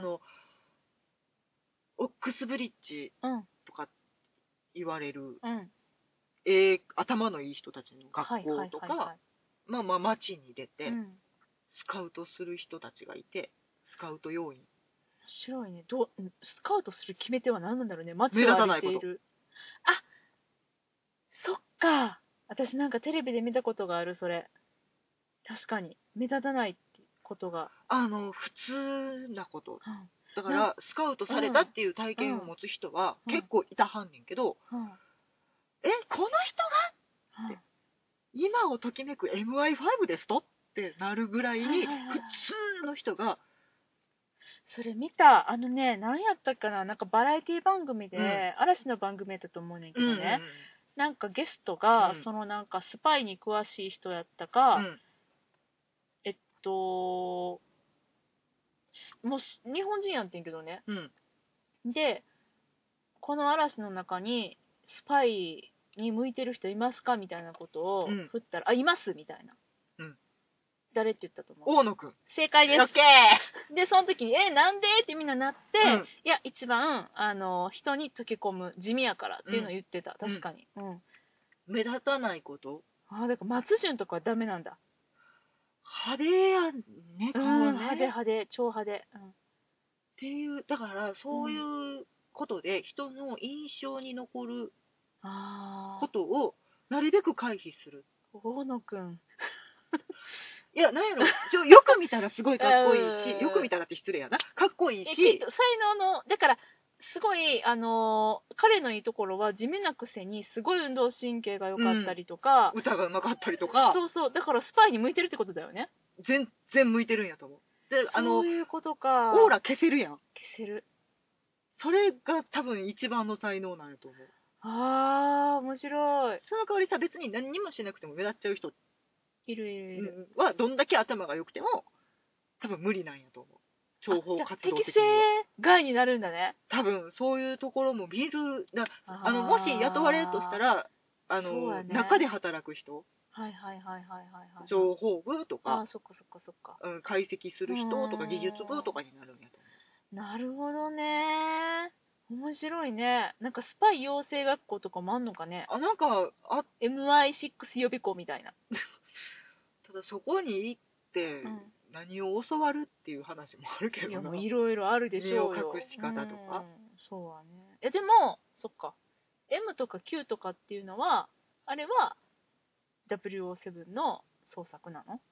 オックスブリッジとか言われる、頭のいい人たちの学校とか、街に出てスカウトする人たちがいて、スカウト要員。 白いね。スカウトする決め手は何なんだろうね。街を歩いている。あ、そっか。私なんかテレビで見たことがある、それ。確かに。目立たないってことが。 普通なこと。だから、スカウトされたっていう体験を持つ人は結構いたはんねんけど、この人がって、今をときめく MI5 ですとってなるぐらいに、普通の人が、 それ見た。何やったかな、なんかバラエティ番組で、嵐の番組やったと思うねんけどね、なんかゲストが、そのなんかスパイに詳しい人やったか、もう日本人やってんけどね、で、この嵐の中にスパイに向いてる人いますかみたいなことを振ったら、あ、いますみたいな。誰って言ったと思う？ 大野くん。 正解です。 オッケー。 で、その時に、なんでってみんななって、いや、一番、人に溶け込む、地味やからっていうのを言ってた。確かに。 目立たないこと？ だから松潤とかはダメなんだ。 派手やね、顔ね。 派手、超派手。 っていう、だから、そういうことで、人の印象に残ることを、なるべく回避する。 大野くん。 いや、なんやろ、よく見たらすごいかっこいいし、よく見たらって失礼やな。かっこいいし。 きっと才能の、だから、すごい、彼のいいところは地味なくせにすごい運動神経が良かったりとか、 歌がうまかったりとか。 そうそう、だからスパイに向いてるってことだよね。 全然向いてるんやと思う。で、 そういうことか。 オーラ消せるやん。 消せる。 それが多分一番の才能なんやと思う。 面白い。 その代わりさ、別に何にもしなくても目立っちゃう人いるはどんだけ頭が良くても多分無理なんやと思う。諜報活動的には。 適正外になるんだね。 多分そういうところも見る。もし雇われるとしたら、中で働く人。情報部とか、解析する人とか技術部とかになるんやと思う。なるほどね。面白いね。なんかスパイ養成学校とかもあんのかね。 なんか MI6 予備校みたいな。 ただそこに行って何を教わるっていう話もあるけどな。いや、もういろいろあるでしょうよ。 身を隠し方とか。 そうはね。でもそっか、 M とか Q とかっていうのはあれは007の創作なの？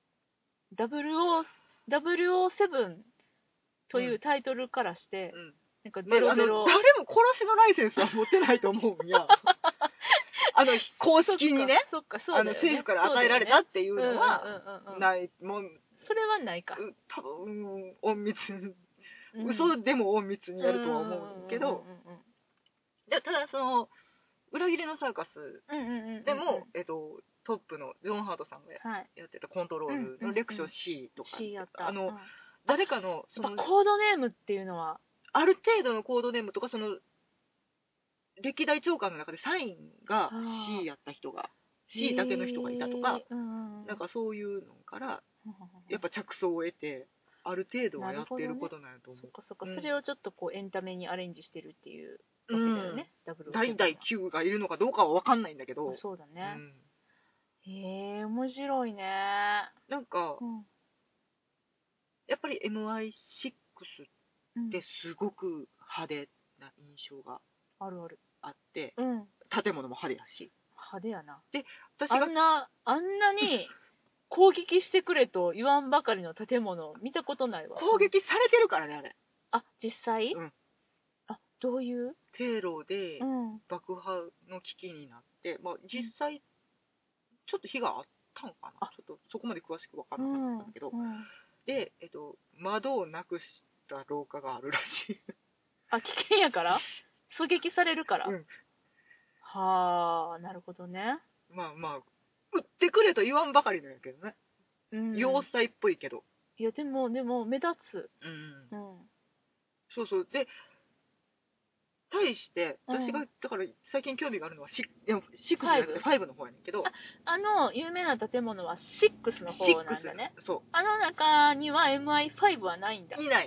007というタイトルからして、なんか誰も殺しのライセンスは持ってないと思うんや。公式にね、政府から与えられたっていうのはない。もうそれはないか。 多分隠密、嘘でも隠密にやるとは思うけど、ただその裏切りのサーカスでもトップのジョン・ハートさんがやってたコントロールのレクション C とか、誰かのそのコードネームっていうのはある程度のコードネームとか、その歴代長官の中でサインが C やった人が C だけの人がいたとか、なんかそういうのからやっぱ着想を得てある程度はやってることなんやと思う。 それをちょっとこうエンタメにアレンジしてるっていうわけだよね。 代々 Q がいるのかどうかは分かんないんだけど。 そうだね。へえ、面白いね。 なんか、やっぱり MI6 ってすごく派手な印象があって、建物も派手やし。 派手やな。 で、私があんなに攻撃してくれと言わんばかりの建物見たことないわ。 攻撃されてるからね、あれ。 実際？どういう？ テロで爆破の危機になって、実際ちょっと火があったんかな、ちょっとそこまで詳しく分からなかったんだけど、で、窓をなくした廊下があるらしい。 危険やから？狙撃されるから？はあ、なるほどね。 撃ってくれと言わんばかりなんやけどね。要塞っぽいけど。 いや、でも目立つ。 そうそう。で、対して私がだから最近興味があるのは6じゃなくて5の方やねんけど、 有名な建物は6の方なんだね。 そう。 中には MI5 はないんだ。 いない。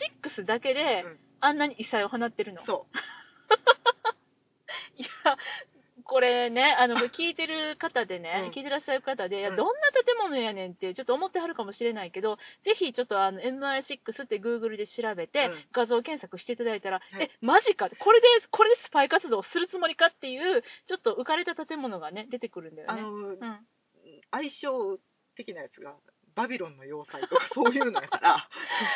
6だけであんなに異彩を放ってるの？ そう。 いや、 これね、聞いてる方でね、聞いてらっしゃる方で、いや、どんな建物やねんってちょっと思ってはるかもしれないけど、ぜひちょっとMI6 って Google で調べて、画像検索していただいたら、マジか、これでスパイ活動をするつもりかっていう、ちょっと浮かれた建物がね、出てくるんだよね。 相性的なやつが、バビロンの要塞とかそういうのやから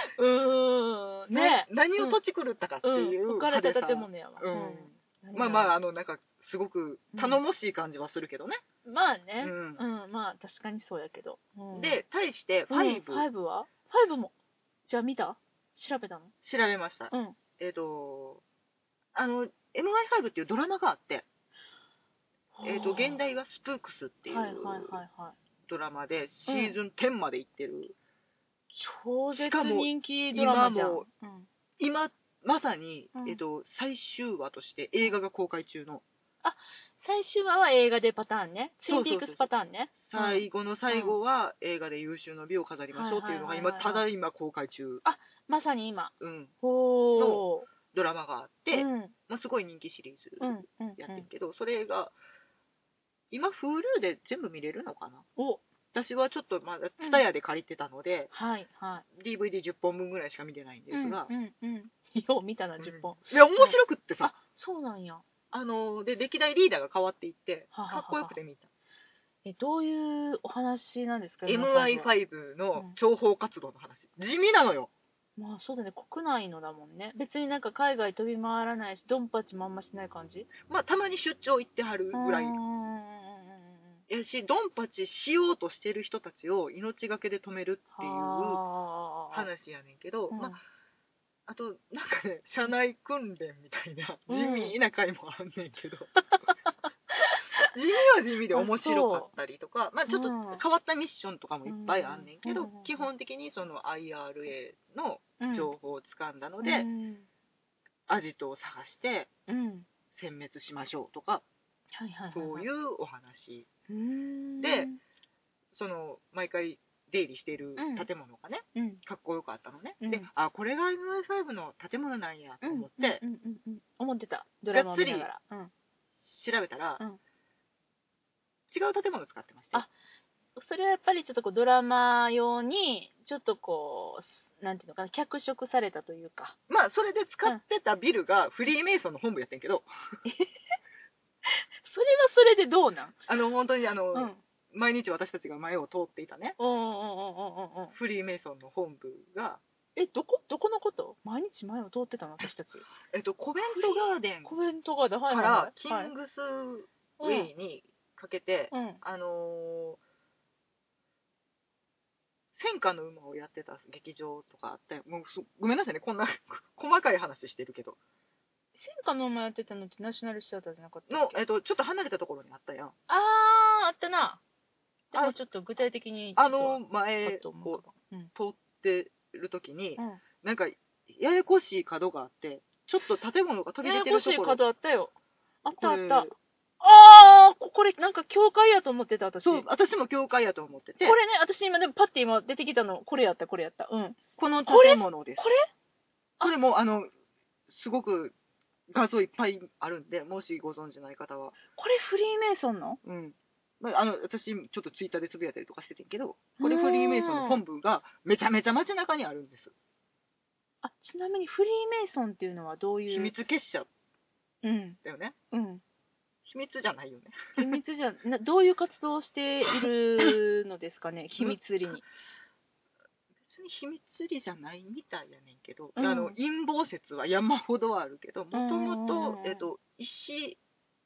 ね、 何を土地狂ったかっていう浮かれた建物やわ。 まあなんかすごごく頼もしい感じはするけどね。 まあね、まあ確かにそうやけど。 で、対して5。 5は ?5 も。じゃあ見た？調べたの？ 調べました。MI5 っていうドラマがあって、現代はスプークスっていうドラマでシーズン10まで行ってる。 超絶人気ドラマじゃん。 今まさに、最終話として映画が公開中の。 あ、最終話は映画でパターンね。ツインピークスパターンね。 最後の最後は映画で有終の美を飾りましょうっていうのがただいま公開中。 あ、まさに今。 のドラマがあって、すごい人気シリーズやってるけど、それが今 Hulu で全部見れるのかな。私はちょっとまだ TSUTAYA で借りてたので、DVD10 本分ぐらいしか見てないんですが、 よう見たな、10本。 いや、面白くってさ。 そうなんや。 で、歴代リーダーが変わっていって、かっこよくて見た。 どういうお話なんですか？ MI5 の諜報活動の話。地味なのよ。 まあそうだね、国内のだもんね。別になんか海外飛び回らないし、ドンパチもあんましない感じ？ まあたまに出張行ってはるぐらい。やし、ドンパチしようとしてる人たちを命がけで止めるっていう話やねんけど、あと、なんかね、社内訓練みたいな地味な回もあんねんけど、地味は地味で面白かったりとか、まあちょっと変わったミッションとかもいっぱいあんねんけど、基本的にその IRA の情報を掴んだので、アジトを探して殲滅しましょうとか、そういうお話で、その毎回出入りしている建物がね、かっこよかったのね。で、これが MI5 の建物なんやと思って、 思ってた、ドラマを見ながら調べたら、違う建物使ってまして。 それはやっぱりちょっとこうドラマ用にちょっとこうなんていうのかな、脚色されたというか、 まあそれで使ってたビルがフリーメイソンの本部やってんけど、 それはそれでどうなん？ 本当に毎日私たちが前を通っていたね、フリーメイソンの本部が、 どこのこと？毎日前を通ってたの私たち。 コベントガーデンからキングスウェイにかけて、戦火の馬をやってた劇場とかあったよ。もうごめんなさいね、こんな細かい話してるけど。 戦火の馬やってたのってナショナルシアターじゃなかったの、ちょっと離れたところにあったやん。 あったな。でもちょっと具体的に前を通ってる時に、なんかややこしい角があって、ちょっと建物が飛び出てるところ。 ややこしい角あったよ。あった。これなんか教会やと思ってた、私。 そう、私も教会やと思ってて。 これね、私今でもパッて今出てきたの、これやった。この建物です。これもすごく画像いっぱいあるんで、もしご存知ない方は。 これフリーメイソンの？ 私ちょっとツイッターでつぶやいたりとかしててんけど、これフリーメイソンの本部がめちゃめちゃ街中にあるんです。 ちなみにフリーメイソンっていうのはどういう？ 秘密結社だよね。秘密じゃないよね。 秘密じゃどういう活動をしているのですかね、秘密裏に。 別に秘密裏じゃないみたいやねんけど、陰謀説は山ほどあるけど、もともと石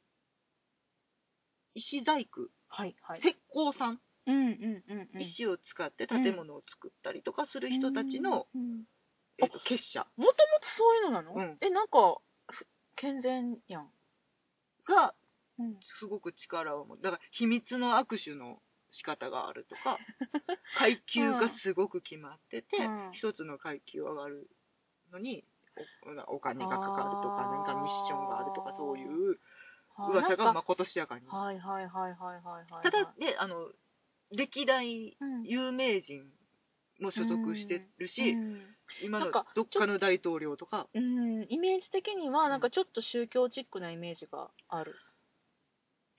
細工、石膏さん、石を使って建物を作ったりとかする人たちの結社。 もともとそういうのなの？なんか健全やん。 がすごく力を持つ。だから秘密の握手の仕方があるとか、階級がすごく決まってて、一つの階級上がるのにお金がかかるとか、なんかミッションがあるとか、そういう噂がまことしやかに。ただね、歴代有名人も所属してるし、今のどっかの大統領とか、 イメージ的にはなんかちょっと宗教チックなイメージがある。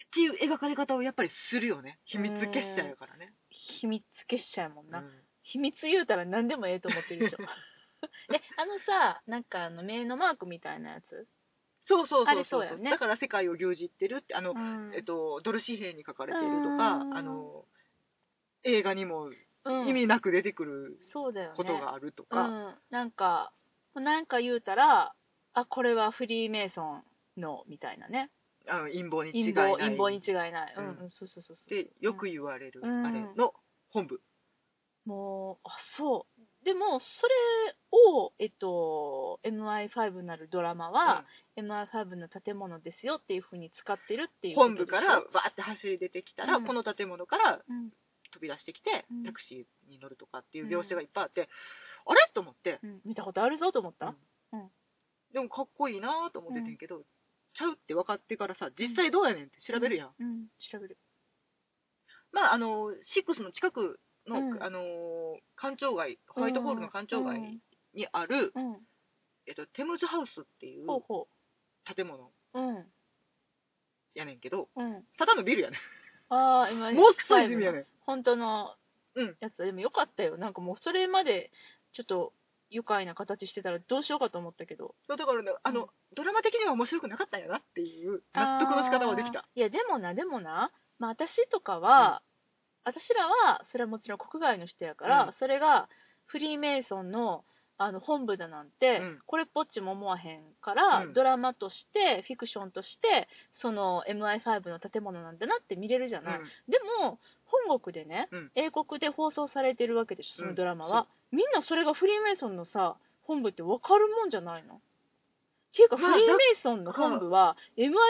っていう描かれ方をやっぱりするよね。秘密結社やからね。 秘密結社やもんな、 うん、 秘密言うたら何でもええと思ってるでしょさ、なんか目のマークみたいなやつ、 そうそうあそうそうそう、 れそうやね。 だから世界を牛耳ってるってドル紙幣に書かれてるとか、映画にも意味なく出てくることがあるとか、 なんか言うたら、あ、これはフリーメイソンのみたいなね、 陰謀に違いない、 陰謀に違いない、そうそうそうそうでよく言われる、あれの本部。 もうそうでもそれをMI5 なるドラマは、MI5 の建物ですよっていう風に使ってるっていうことでしょ。 本部からバーって走り出てきたら、この建物から飛び出してきて、タクシーに乗るとかっていう描写がいっぱいあって、あれと思って、 見たことあるぞと思った、 でもかっこいいなと思っててんけど、ちゃうって分かってからさ、実際どうやねんって調べるやん。 調べる。 まあ6の近くの、官庁街、ホワイトホールの官庁街にある、テムズハウスっていう建物やねんけど、ただのビルやねん。 今もうくそいビルやねん。 本当のやつでもよかったよ。なんかもうそれまでちょっと愉快な形してたらどうしようかと思ったけど。 だからね、ドラマ的には面白くなかったんやなっていう納得の仕方はできた。 いやでもな、まあ私とかは、私らはそれはもちろん国外の人やから、それがフリーメイソンの本部だなんて、これっぽっちも思わへんから、ドラマとしてフィクションとしてその MI5 の建物なんだなって見れるじゃない、でも本国でね、英国で放送されてるわけでしょ、そのドラマは、みんなそれがフリーメイソンのさ本部って分かるもんじゃないのっていうか、フリーメイソンの本部は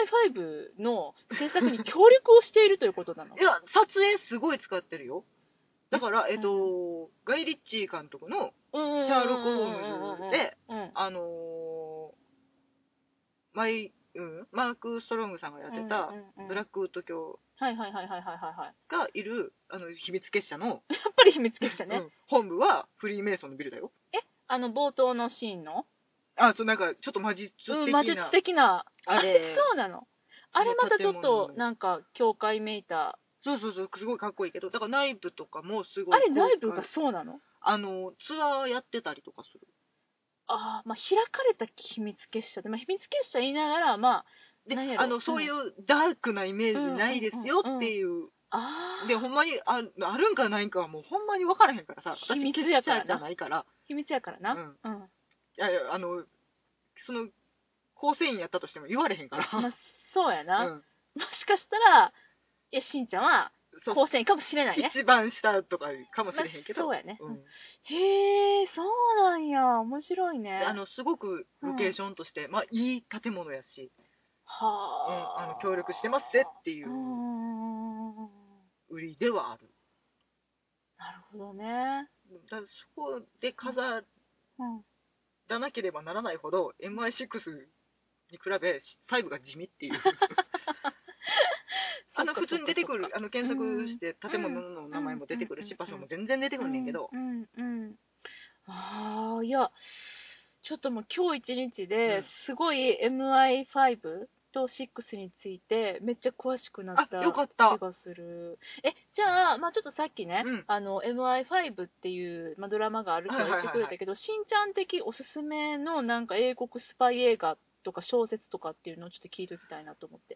MI5 の制作に協力をしているということなの。 いや、撮影すごい使ってるよ。だから、ガイ・リッチー監督のシャーロック・ホームズで、マーク・ストロングさんがやってたブラックウッド教がいる秘密結社の、 やっぱり秘密結社ね、 本部はフリーメイソンのビルだよ。 冒頭のシーンのそう、なんかちょっと魔術的な、 魔術的な、 あれそうなの。あれまたちょっとなんか教会めいた、 そうそうそう、すごいかっこいいけど、だから内部とかもすごい、 あれ内部がそうなの？ ツアーやってたりとかする。 まあ開かれた秘密結社で、秘密結社言いながら、まあで、そういうダークなイメージないですよっていう、でほんまにあるんかないんかはもうほんまに分からへんからさ、 秘密やからな、 私結社じゃないから、 秘密やからな、 いやその構成員やったとしても言われへんから、 まあ、そうやな、もしかしたらしんちゃんは構成員かもしれないね、 一番下とかかもしれへんけど、 そうやね、へえ、そうなんや、面白いね。 すごくロケーションとして、いい建物やし、協力してますぜっていう売りではある。 なるほどね。 だからそこで飾らなければならないほど、MI6 に比べ5が地味っていう普通に出てくる、検索して建物の名前も出てくるし、場所も全然出てくるんねんけど、 いやちょっともう今日一日ですごい MI5 と6についてめっちゃ詳しくなったよかった気がする。じゃあ、ちょっとさっきね、MI5 っていう、ドラマがあると言ってくれたけど、しんちゃん的おすすめのなんか英国スパイ映画とか小説とかっていうのをちょっと聞いておきたいなと思って。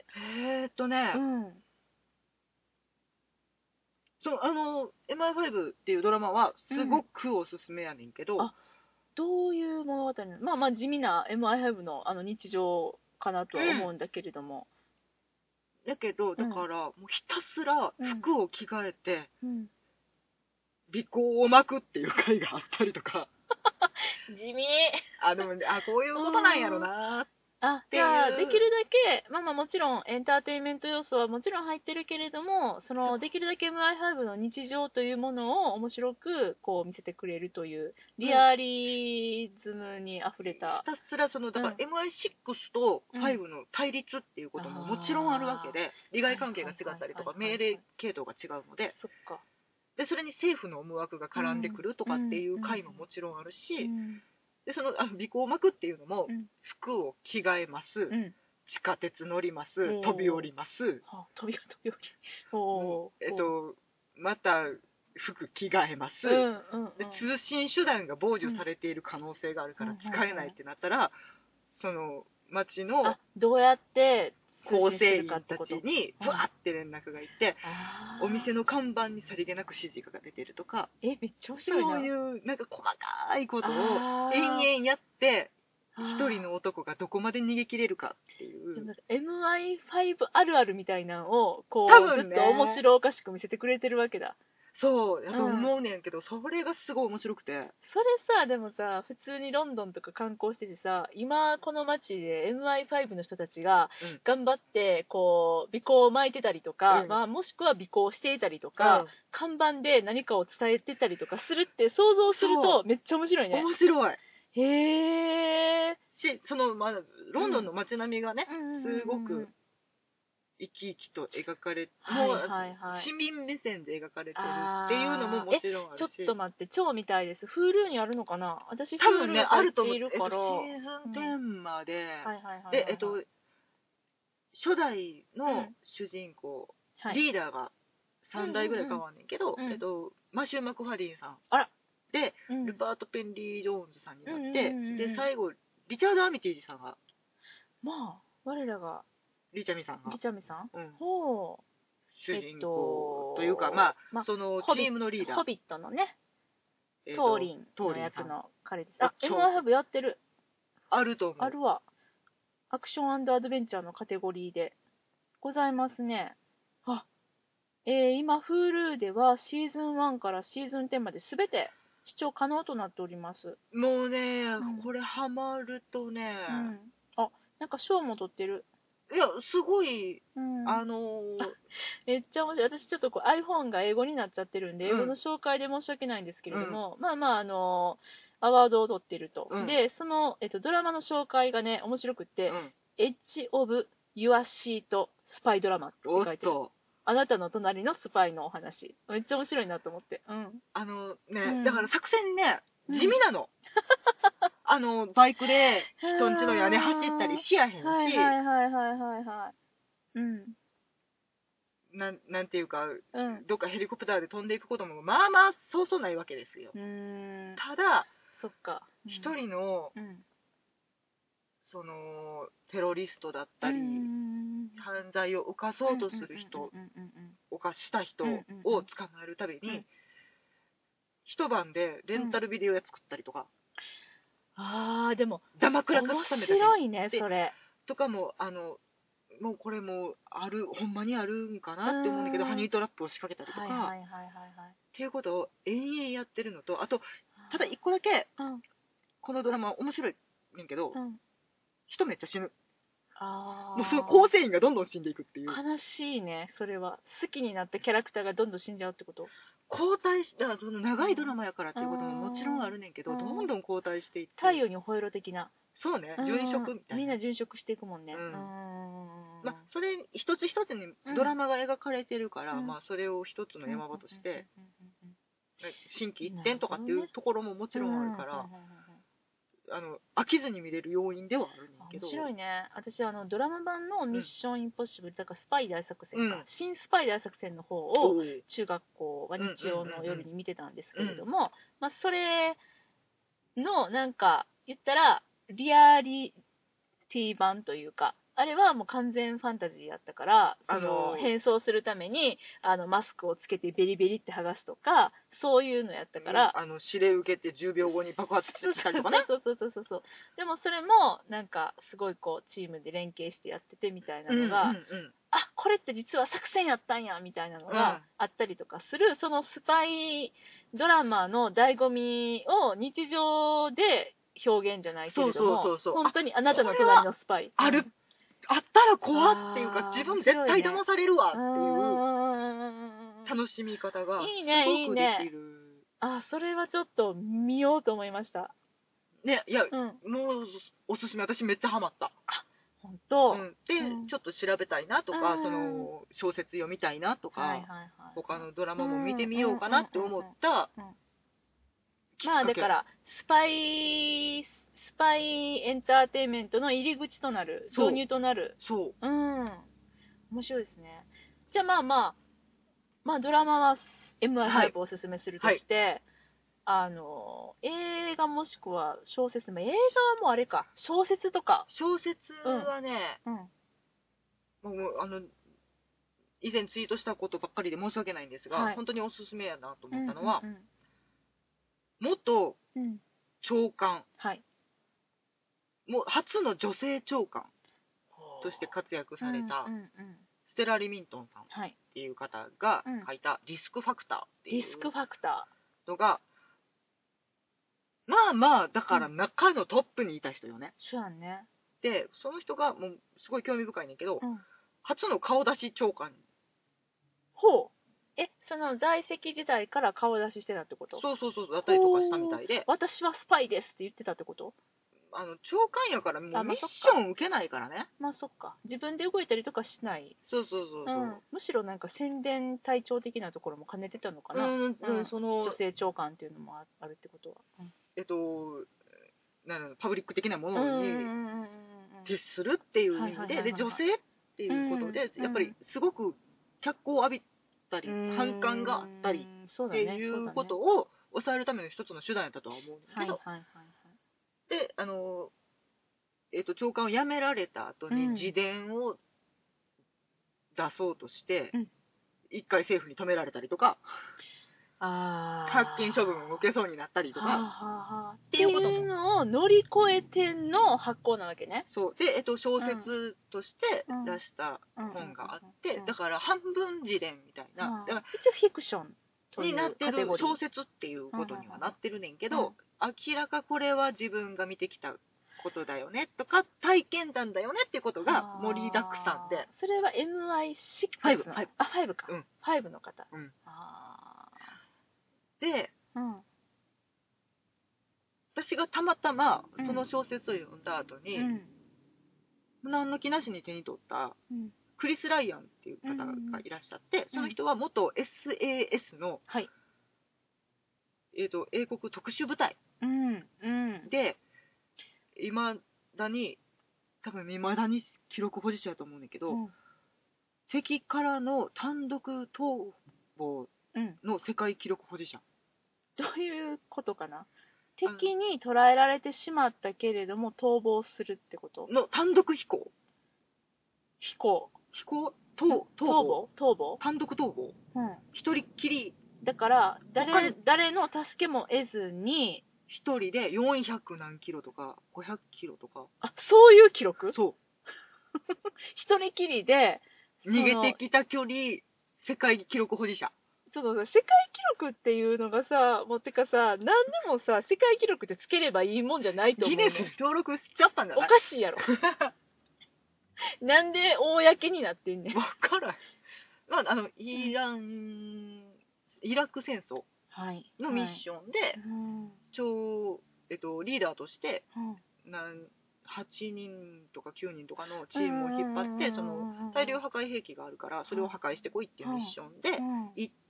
MI5 っていうドラマはすごくおすすめやねんけど、 どういう物語なの？地味な MI5 の日常かなとは思うんだけれども、 だけどだからもうひたすら服を着替えて、尾行を巻くっていう回があったりとか地味。 でもこういうことなんやろなじゃあできるだけもちろんエンターテインメント要素はもちろん入ってるけれども、そのできるだけ MI5 の日常というものを面白くこう見せてくれるというリアリズムにあふれた、 ひたすらだから MI6 と5の対立っていうことももちろんあるわけで、利害関係が違ったりとか命令系統が違うので、でそれに政府の思惑が絡んでくるとかっていう回ももちろんあるし、でその尾行を巻くっていうのも服を着替えます、 地下鉄乗ります、飛び降ります、 飛び降りおまた服着替えます、で通信手段が傍受されている可能性があるから使えないってなったら、その町のどうやって構成員たちにブワーって連絡がいって、お店の看板にさりげなく指示が出てるとか、 めっちゃ面白いな。 そういうなんか細かいことを延々やって一人の男がどこまで逃げ切れるかっていう。 でも MI5 あるあるみたいなのをこう、 多分ね、 ずっと面白おかしく見せてくれてるわけだ。 そうやと思うねんけど、それがすごい面白くて。 それさ、でもさ、普通にロンドンとか観光しててさ、今この街で MI5 の人たちが頑張ってこう尾行を巻いてたりとか、もしくは尾行していたりとか、看板で何かを伝えてたりとかするって想像するとめっちゃ面白いね。 面白い。 へー。 そのロンドンの街並みがね、すごく生き生きと描かれて、もう市民目線で描かれてるっていうのももちろんあるし。 ちょっと待って、超見たいです。Hulu にあるのかな。私多分ね、あると思う。 シーズン10まで、で、初代の主人公、リーダーが3代ぐらい変わんねんけど、マシュー・マクファリンさんで、ルパート・ペンリー・ジョーンズさんになって、で最後リチャード・アミティージさんが、 まあ我らがリチャミさんが、 ほう、 主人公というか、そのチームのリーダー、 ホビットのね、トーリンの役の彼です。MI5 やってる。 あると思う。 あるわ。アクション&アドベンチャーのカテゴリーでございますね。今 Hulu ではシーズン1からシーズン10まで全て視聴可能となっております。 もうね、これハマるとね、 なんか賞も取ってる。 いやすごい、 めっちゃ面白い。私ちょっとiPhone が英語になっちゃってるんで、英語の紹介で申し訳ないんですけれども、アワードを取ってると。でその、ドラマの紹介がね面白くって、Edge of Your Seat スパイドラマって書いてる。あなたの隣のスパイのお話。めっちゃ面白いなと思って。 だから作戦ね、地味なの。バイクで人んちの屋根走ったりしやへんし、なんていうか、どっかヘリコプターで飛んでいくこともまあまあそうそうないわけですよ。ただ、一人の、そのテロリストだったり、犯罪を犯そうとする人、犯した人を捕まえるたびに、一晩でレンタルビデオ屋作ったりとか、 でもダマくらかすためだけ面白いねそれとかも、もうこれもほんまにあるんかなって思うんだけど、ハニートラップを仕掛けたりとかっていうことを延々やってるのと、あとただ一個だけ、このドラマ面白いねんけど、人めっちゃ死ぬ。もうその構成員がどんどん死んでいくっていう。 悲しいね。それは好きになったキャラクターがどんどん死んじゃうってこと。 交代し、だからその長いドラマやからっていうことももちろんあるねんけど、どんどん交代していって、 太陽にほえろ的な。 そうね、殉職みたいな。 みんな殉職していくもんね。 それ一つ一つにドラマが描かれてるから、それを一つの山場として心機一転とかっていうところももちろんあるから、飽きずに見れる要因ではあるんだけど。 面白いね。私ドラマ版のミッションインポッシブル、だからスパイ大作戦か、新スパイ大作戦の方を中学校は日曜の夜に見てたんですけれども、それのなんか言ったらリアリティ版というか、あれはもう完全ファンタジーやったから、変装するためにマスクをつけてベリベリって剥がすとか、そういうのやったから、 指令受けて10秒後に爆発したりとかね。 そうでもそれもなんかすごいチームで連携してやっててみたいなのが、これって実は作戦やったんやみたいなのがあったりとかする、そのスパイドラマの醍醐味を日常で表現じゃないけれども、本当にあなたの隣のスパイあったら怖っていうか、自分絶対騙されるわっていう楽しみ方がすごくできる。いいね。 それはちょっと見ようと思いました。 ね、いや、もうおすすめ。私めっちゃハマった。 本当。 で、ちょっと調べたいなとか、その小説読みたいなとか、他のドラマも見てみようかなって思った。 だからスパイスパイエンターテインメントの入り口となる、導入となる。 そう。 面白いですね。じゃあまあドラマは MI5 をおすすめするとして、映画もしくは小説、映画はもうあれか、小説とか。 小説はね、もう以前ツイートしたことばっかりで申し訳ないんですが、本当におすすめやなと思ったのは、元長官、もう初の女性長官として活躍されたステラ・リミントンさんっていう方が書いたリスクファクターっていうのが、だから中のトップにいた人よね。 そうやね。 で、その人がもうすごい興味深いねんけど、初の顔出し長官。 ほう。その在籍時代から顔出ししてたってこと？ そうだったりとかしたみたいで。 私はスパイですって言ってたってこと？ 長官やからもうミッション受けないからね。 そっか。自分で動いたりとかしない。 そう。 むしろなんか宣伝隊長的なところも兼ねてたのかな。その女性長官っていうのもあるってことは。 パブリック的なものに徹するっていう意味で、女性っていうことで、やっぱりすごく脚光を浴びたり、反感があったりっていうことを抑えるための一つの手段やったとは思うんだけど、で、長官を辞められた後に自伝を出そうとして、一回政府に止められたりとか、発禁処分を受けそうになったりとか、 っていうのを乗り越えての発行なわけね。 そうで、小説として出した本があって、だから半分自伝みたいな、だから一応フィクションになってる小説っていうことにはなってるねんけど、明らかこれは自分が見てきたことだよねとか体験談だよねっていうことが盛りだくさんで。 それは MI6 の5か、5の方。 で、私がたまたまその小説を読んだ後に、何の気なしに手に取ったクリス・ライアンっていう方がいらっしゃって、その人は元 SAS の、英国特殊部隊で、未だに記録保持者だと思うんだけど、敵からの単独逃亡の世界記録保持者。 どういうことかな？敵に捕らえられてしまったけれども逃亡するってことの単独逃亡単独逃亡、一人っきりだから誰の助けも得ずに一人で400何キロとか500キロとか、 そういう記録？ そう一人きりで逃げてきた距離世界記録保持者。 世界記録っていうのがさ、もうてかさ、何でもさ、世界記録ってつければいいもんじゃないと思う、ね。 ギネスに登録しちゃったんじゃない？ おかしいやろ。なんで公になってんねん。 わからん。イラク戦争のミッションで、リーダーとして、8人とか9人とかのチームを引っ張って、その大量破壊兵器があるからそれを破壊してこいっていうミッションで行って、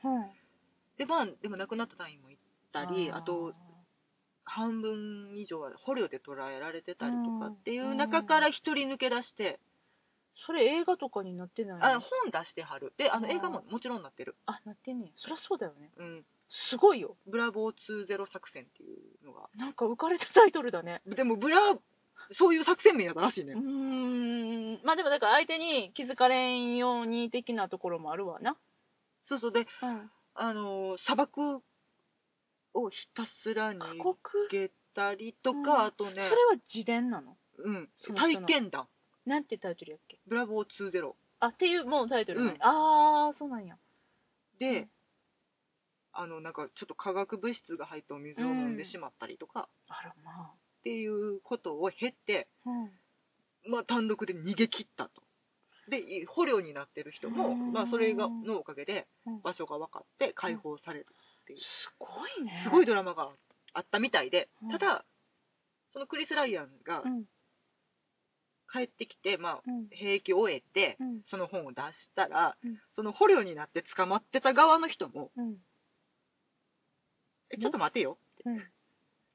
でも亡くなった隊員も行ったり、あと半分以上は捕虜で捕らえられてたりとかっていう中から一人抜け出して。 それ映画とかになってない？ 本出してはる。で、映画ももちろんなってる。 なってんねん。そりゃそうだよね。 すごいよ。 ブラボー20作戦っていうのが。 なんか浮かれたタイトルだね。 でもそういう作戦名だったらしいね。 でもだから相手に気づかれんように的なところもあるわな。 そうで、砂漠をひたすら逃げたりとか、あとね。それは自伝なの？ 体験談。 なんてタイトルやっけ？ ブラボー20。 っていうもうタイトルね。そうなんや。 で、なんかちょっと化学物質が入ったお水を飲んでしまったりとか、っていうことを経て、単独で逃げ切ったと。で、捕虜になってる人も、それのおかげで場所が分かって解放されるっていう、 すごいね。 すごいドラマがあったみたいで、ただそのクリス・ライアンが帰ってきて、兵役を終えて、その本を出したら、その捕虜になって捕まってた側の人も、ちょっと待てよって、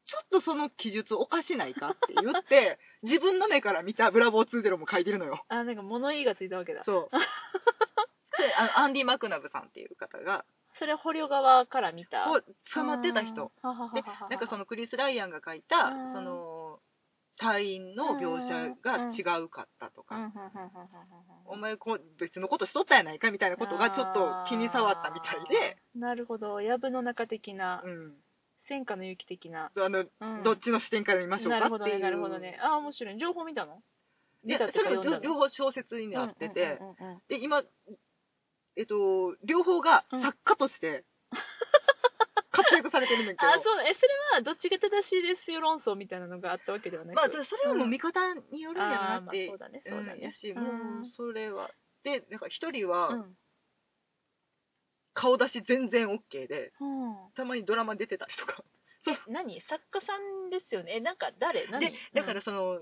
ちょっとその記述おかしないかって言って自分の目から見たブラボー20も書いてるのよ。 なんか物言いがついたわけだ。 そうでアンディ・マクナブさんっていう方がそれは捕虜側から見たを捕まってた人で、なんかそのクリス・ライアンが書いたその隊員の描写が違うかったとか、お前別のことしとったやないかみたいなことがちょっと気に障ったみたいで。 なるほど、藪の中的な、戦火の雪的な、 どっちの視点から見ましょうかっていう。 なるほどね。面白い。情報見たの？ いや、それも両方小説になってて、で今両方が作家として活躍されてるんだけど、 そうそれはどっちが正しいですよ論争みたいなのがあったわけではなく、 それはもう見方によるんやなってそうだねやし、もうそれはでなんか一人は顔出し全然 OK で、たまにドラマ出てたりとか。 何作家さんですよね。なんか誰何でだからその、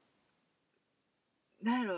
なんやろ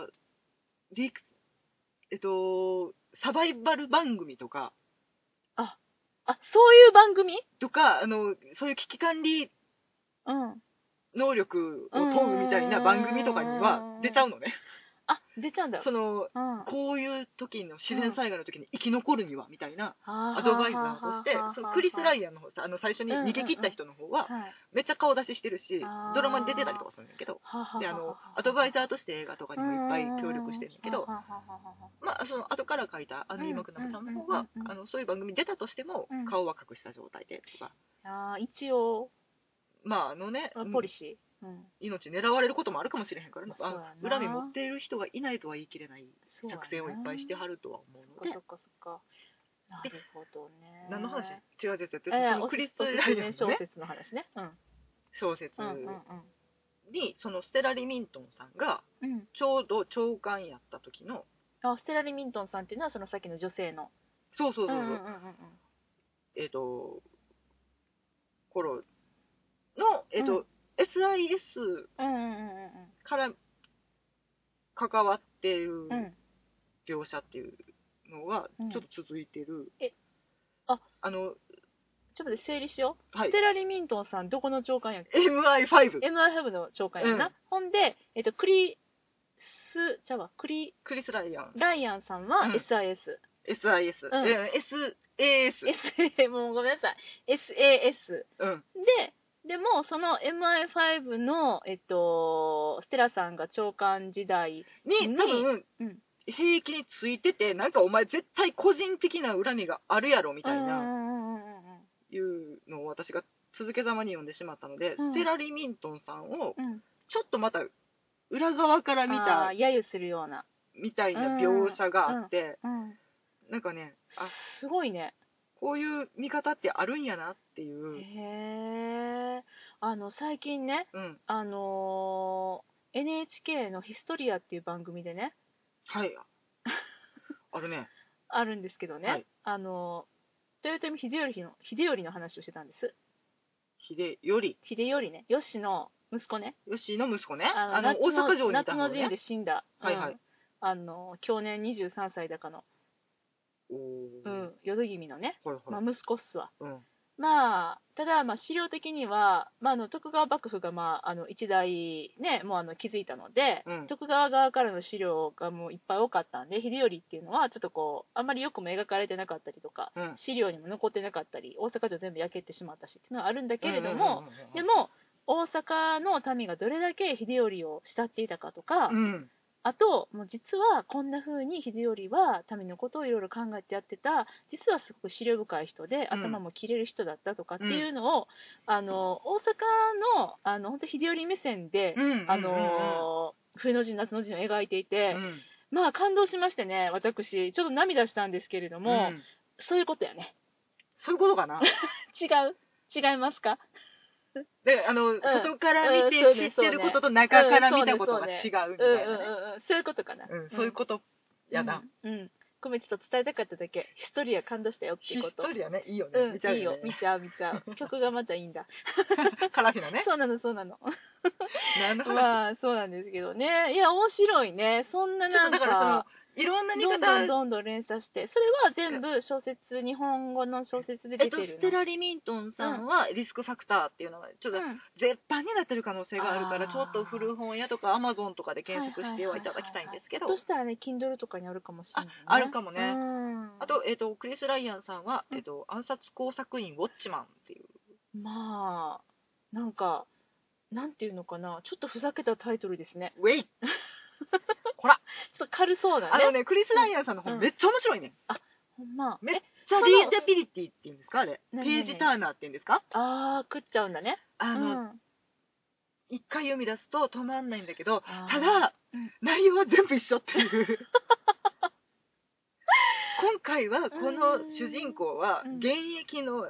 サバイバル番組とかそういう番組とかそういう危機管理能力を問うみたいな番組とかには出ちゃうのね。 出ちゃうんだ。 こういう時の自然災害の時に生き残るにはみたいなアドバイザーとしてそのクリス・ライアンの方最初に逃げ切った人の方はめっちゃ顔出ししてるしドラマに出てたりとかするんだけど、でアドバイザーとして映画とかにもいっぱい協力してるんだけど、その後から書いたアンディ・マクナブさんの方はそういう番組に出たとしても顔は隠した状態でとか、 一応ポリシー、命狙われることもあるかもしれへんからね、恨み持っている人がいないとは言い切れない作戦をいっぱいしてはるとは思うので。 そっかなるほどね。 何の話？違うそのクリス・ライアンの小説の話ね。 小説にそのステラ・リミントンさんがちょうど長官やった時の、 ステラ・リミントンさんっていうのはそのさっきの女性の頃のSIS から関わっている描写っていうのがちょっと続いてる。 ちょっと待って整理しよう。ステラ・リミントンさんどこの長官やっけ？ MI5 の長官やな。ほんでクリス・ライアンさんは SIS。もうごめんなさい。SAS。でもその MI5 のステラさんが長官時代に多分兵役についてて、なんかお前絶対個人的な恨みがあるやろみたいないうのを私が続けざまに読んでしまったので、ステラ・リミントンさんをちょっとまた裏側から見た揶揄するようなみたいな描写があって、なんかね、 すごいね、 こういう見方ってあるんやなっていう。 へえ。最近ね、NHK のヒストリアっていう番組でね、 あるね。 あるんですけどね、豊臣秀頼の話をしてたんです。秀頼ね、吉の息子ね。 吉の息子ね。大阪城にいた夏の陣で死んだ。去年23歳だかの。淀君のね、息子っすわ。ただ資料的には、徳川幕府が一代ねもう築いたので、徳川側からの資料がもういっぱい多かったんで、秀頼っていうのはちょっとあんまりよくも描かれてなかったりとか、資料にも残ってなかったり、大阪城全部焼けてしまったしっていうのはあるんだけれども、でも大阪の民がどれだけ秀頼を慕っていたかとか、あともう実はこんな風に秀頼は民のことをいろいろ考えてやってた、実はすごく思慮深い人で、頭も切れる人だったとかっていうのを、大阪の本当秀頼目線で、冬の陣夏の陣を描いていて、感動しましてね、私ちょっと涙したんですけれども、そういうことやね。 そういうことかな。 違いますか？ で外から見て知ってることと中から見たことが違うみたいなね。 そういうことかな。 そういうことやな。 ごめん、ちょっと伝えたかっただけ。ヒストリア感動したよっていうこと。 ヒストリアね、いいよね。見ちゃうよね。 いいよ、見ちゃう。曲がまたいいんだ。 カラフィナね。 そうなの。そうなんですけどね。いや面白いね。そんななんか。 だからいろんな見方どんどん連鎖して、それは全部小説、日本語の小説で出てるの。 ステラ・リミントンさんはリスクファクターっていうのがちょっと絶版になってる可能性があるから、ちょっと古本屋とかアマゾンとかで検索してはいただきたいんですけど、 そしたらね Kindle とかにあるかもしれない、ね、 あるかもね。あと、クリス・ライアンさんは、暗殺工作員ウォッチマンっていう、 まあなんかなんていうのかな、ちょっとふざけたタイトルですね。 ウェイほらちょっと軽そうだね。 クリス・ライアンさんの本めっちゃ面白いね。 ほんま。 めっちゃリーダビリティっていうんですか、あれ。ページターナーっていうんですか。 食っちゃうんだね。 一回読み出すと止まんないんだけど、ただ、内容は全部一緒っていう。今回はこの主人公は現役の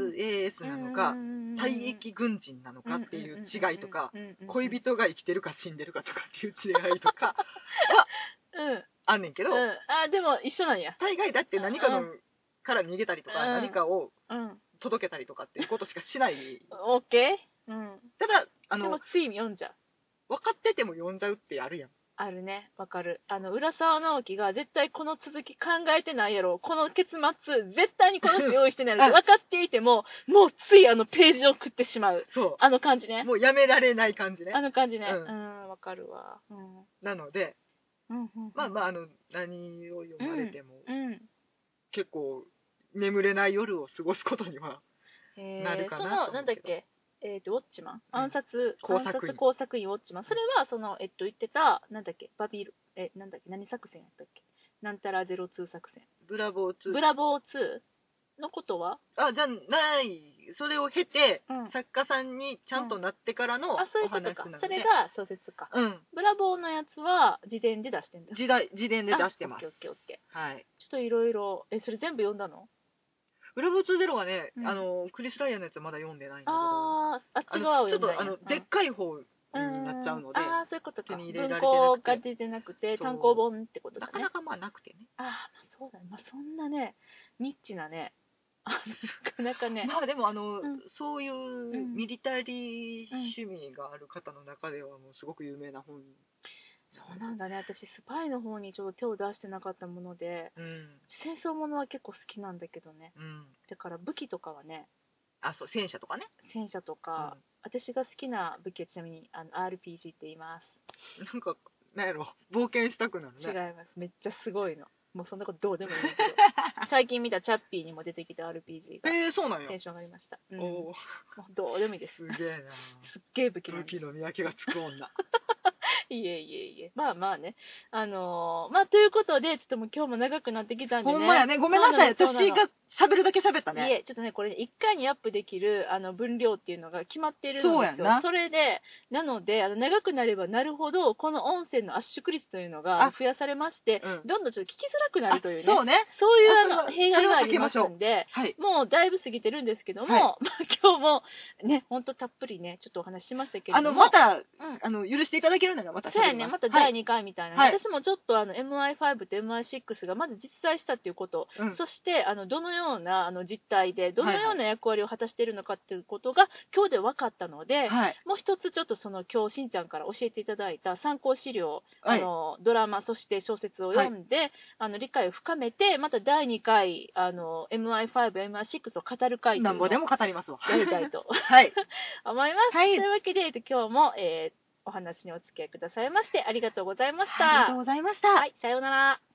SAS なのか退役軍人なのかっていう違いとか、恋人が生きてるか死んでるかとかっていう違いとかはあんねんけど、 でも一緒なんや。 大概だって何かのから逃げたりとか、何かを届けたりとかっていうことしかしない。 オッケー。 ただでもつい読んじゃう。 分かってても読んじゃうってあるやん。 あるね、わかる。浦沢直樹が絶対この続き考えてないやろ、この結末絶対にこの人用意してないのって分かっていても、もうついページを食ってしまう。 そう。 感じね。 もうやめられない感じね。 感じね。わかるわ。 なので、まあ何を読まれても、結構眠れない夜を過ごすことにはなるかなと。 なんだっけ、ウォッチマン、暗殺工作員ウォッチマン、それは言ってたなんだっけ、バビルなんだっけ、何作戦やったっけ、なんたら02作戦、 ブラボー2 のことはじゃない、それを経て、作家さんにちゃんとなってからのお話なので、 それが小説か。ブラボーのやつは自伝で出してんだ。 自伝で出してます。 オッケー。 はい。 ちょっといろいろそれ全部読んだの？ ブラボー2-0はね、クリス・ライアンのやつはまだ読んでないんだけど、 あっち側を読んだんや。 ちょっとでっかい方になっちゃうので、 そういうことか。 手に入れられてなくて、 文庫が出てなくて単行本ってことだね。 なかなかなくてね。 そうだね。そんなねニッチなね、なかなかね。 でもそういうミリタリー趣味がある方の中ではもうすごく有名な本。 そうなんだね。私スパイの方にちょっと手を出してなかったもので、戦争ものは結構好きなんだけどね。だから武器とかはね、 戦車とかね。 戦車とか、私が好きな武器はちなみにRPG って言います。 なんかなんやろ、冒険したくなるね。 違います。めっちゃすごいの。もうそんなことどうでもいいんだけど最近見たチャッピーにも出てきた RPG がそうなんや。 テンション上がりました。もうどうでもいいです。 すげえな。 すっげえ武器の見分けがつく女。 いえ。まあね。ということで、ちょっともう今日も長くなってきたんでね。 ほんまやね。ごめんなさい。私が喋るだけ喋ったね。 いえ、ちょっとね、これ1回にアップできる分量っていうのが決まっているんですよ。 そうやな。 それで、なので、長くなればなるほど、この音声の圧縮率というのが増やされまして、どんどんちょっと聞きづらくなるというね。 そうね。 そういう弊害がありますんで、もうだいぶ過ぎてるんですけども、今日もね、ほんとたっぷりね、ちょっとお話ししましたけれども。 また、許していただけるならまたそうやね、また第2回みたいな。私もちょっとMI5 と MI6 がまず実在したっていうこと、そしてどのような実態でどのような役割を果たしているのかっていうことが今日で分かったので、もう一つちょっと今日しんちゃんから教えていただいた参考資料、ドラマそして小説を読んで、理解を深めて、また第2回MI5、MI6 を語る回というのをなんぼでも語りますわ。 やりたいと思います。というわけで今日も、お話にお付き合いくださいましてありがとうございました。 ありがとうございました。 さようなら。